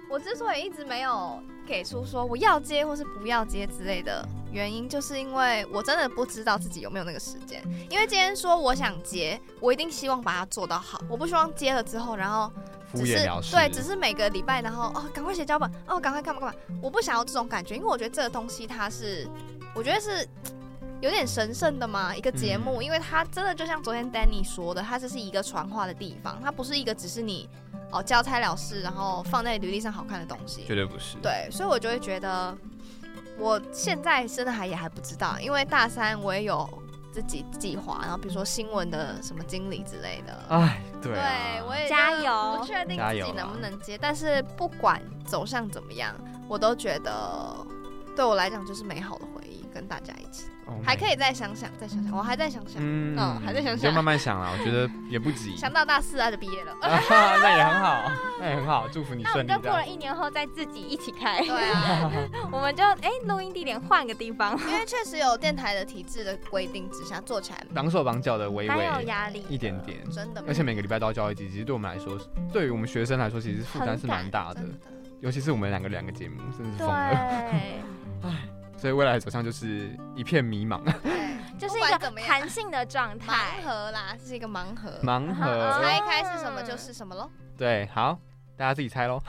我之所以一直没有给出说我要接或是不要接之类的原因，就是因为我真的不知道自己有没有那个时间。因为今天说我想接，我一定希望把它做到好，我不希望接了之后，然后敷衍了事。 对，只是每个礼拜，然后哦，赶快写脚本，哦，赶快干嘛干嘛。我不想要这种感觉，因为我觉得这个东西它是，我觉得是有点神圣的嘛，一个节目，嗯、因为它真的就像昨天 Danny 说的，它这是一个传话的地方，它不是一个只是你哦交差了事，然后放在履历上好看的东西， 绝对不是。 对，所以我就会觉得，我现在真的还也还不知道，因为大三我也有自己计划，然后比如说新闻的什么经理之类的。 哎，对、啊， 对，我也加油， 不确定自己能不能接，但是不管走向怎么样，我都觉得对我来讲就是美好的回忆，跟大家一起。Oh、还可以再想想，再想想，我还在想想，嗯，嗯还在想想， 就慢慢想啦，我觉得也不急。 想到大四啊就毕业了， 啊、那也很好，那也很好，祝福你顺利。 那我们就过了一年后再自己一起开。 对啊， 我们就哎录、欸、音地点换个地方， 因为确实有电台的体制的规定之下做起来绑手绑脚的微微， 蛮有压力， 一点点， 真的。 而且每个礼拜都要交一集，其实对我们来说，对于我们学生来说，其实负担是蛮大的，尤其是我们两个两个节目，真是疯了。 对， 唉。所以未来的走向就是一片迷茫， 就是一个弹性的状态， 盲盒啦，这是一个盲盒， 盲盒， 猜开是什么就是什么咯。 对，好，大家自己猜咯。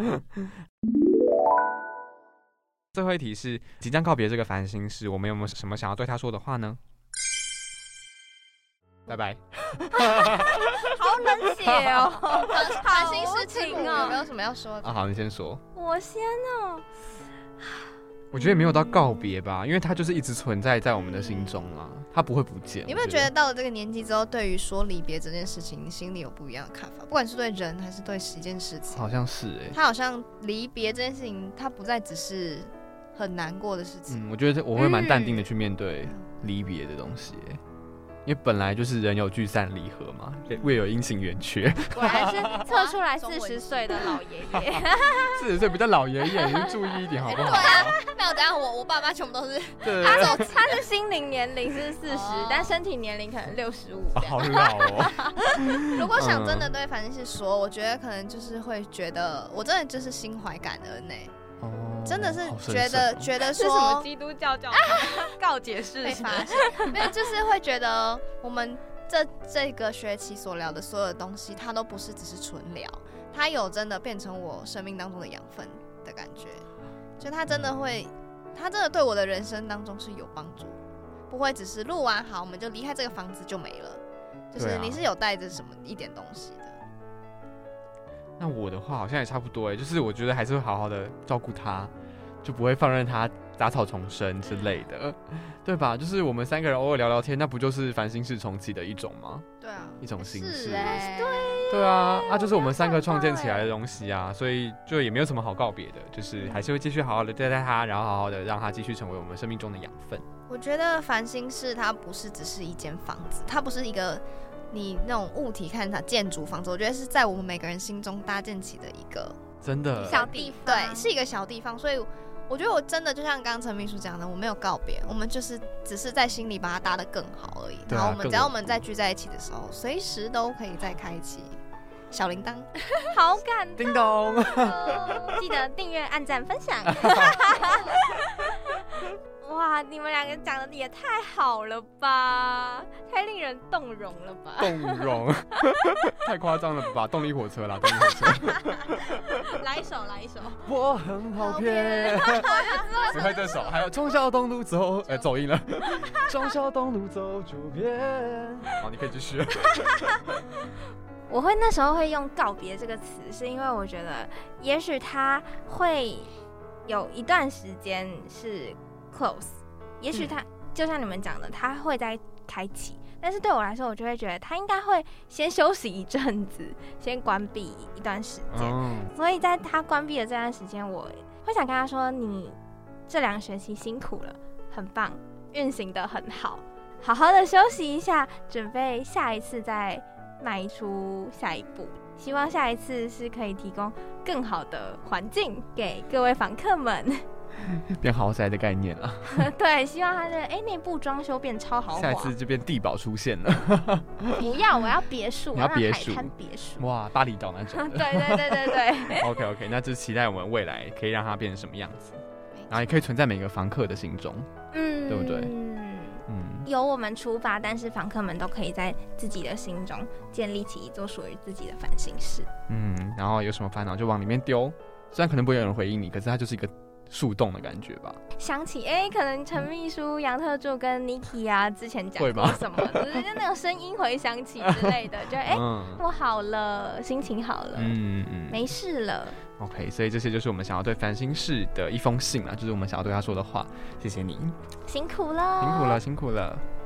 最后一题是即将告别这个烦心事，我们有没有什么想要对他说的话呢？拜拜。 好冷血哦， 烦心事情哦，有没有什么要说的？ 啊，好，你先说。 我先哦。 我觉得也没有到告别吧，因为它就是一直存在在我们的心中啊，它不会不见。 你有没有觉得到了这个年纪之后，对于说离别这件事情，你心里有不一样的看法？不管是对人还是对一件事情， 好像是哎、欸， 它好像离别这件事情，它不再只是很难过的事情。 嗯，我觉得我会蛮淡定的去面对离别的东西、欸。因为本来就是人有聚散离合嘛，未有阴晴圆缺。 果然是测出来四十岁的老爷爷。 四十岁不叫老爷爷，你就注意一点好不好？ 对啊，没有，等下我我爸妈全部都是。 对， 他走他是心灵年龄是四十、哦，但身体年龄可能六十五。 好老哦。 如果想真的对烦心事说，我觉得可能就是会觉得，我真的就是心怀感恩呢、欸。哦，真的是觉得、哦、觉得说是什么基督教教告解式被发现，没有，就是会觉得我们这这个学期所聊的所有的东西，它都不是只是纯聊，它有真的变成我生命当中的养分的感觉，就它真的会，它真的对我的人生当中是有帮助，不会只是录完好我们就离开这个房子就没了，就是你是有带着什么一点东西的。 那我的话好像也差不多哎，就是我觉得还是会好好的照顾他，就不会放任他杂草丛生之类的，对吧？就是我们三个人偶尔聊聊天，那不就是烦心事重启的一种吗？ 对啊， 一种形式。 是哎，对对啊，啊就是我们三个创建起来的东西啊，所以就也没有什么好告别的，就是还是会继续好好的对待他，然后好好的让他继续成为我们生命中的养分。 我觉得烦心事它不是只是一间房子，它不是一个。你那种物体看它建筑房子，我觉得是在我们每个人心中搭建起的一个真的小地方， 对，是一个小地方。所以我觉得我真的就像刚刚陈秘书讲的，我没有告别，我们就是只是在心里把它搭得更好而已。 啊、 然后我们只要我们再聚在一起的时候，随时都可以再开启小铃铛， 好感动， 叮咚， 记得订阅、按赞、分享。哇，你们两个讲的也太好了吧，太令人动容了吧？ 动容，太夸张了吧？动力火车啦，动力火车。 来一首，来一首。 我很好骗，只会这首，还有忠孝东路走，哎、欸，走音了。忠孝东路走九遍。好，你可以继续。 我会那时候会用告别这个词，是因为我觉得，也许他会有一段时间是。close， 也许他、嗯、就像你们讲的，他会再开启，但是对我来说，我就会觉得他应该会先休息一阵子，先关闭一段时间。哦、所以在他关闭的这段时间，我会想跟他说：“你这两个学期辛苦了，很棒，运行得很好，好好的休息一下，准备下一次再迈出下一步。希望下一次是可以提供更好的环境给各位访客们。” 变豪宅的概念了。 对，希望它的哎内部装修变超豪华。 下一次就变地堡出现了。 不要，我要别墅， 你要别墅， 海滩别墅。 哇，巴厘岛那种的。 对对对对对。 OK OK， 那就期待我们未来可以让它变成什么样子，然后也可以存在每个房客的心中，嗯，对不对？ 嗯，由我们出发，但是房客们都可以在自己的心中建立起一座属于自己的烦心事。 嗯，然后有什么烦恼就往里面丢，虽然可能不会有人回应你，可是它就是一个树洞的感觉吧。 想起哎、欸，可能陈秘书、杨特助跟 Niki 啊之前讲过什么，就是就那种声音回想起之类的，就哎、欸嗯、我好了，心情好了，嗯嗯，没事了。 OK， 所以这些就是我们想要对烦心事的一封信啦，就是我们想要对他说的话。谢谢你， 辛苦了， 辛苦了，辛苦了。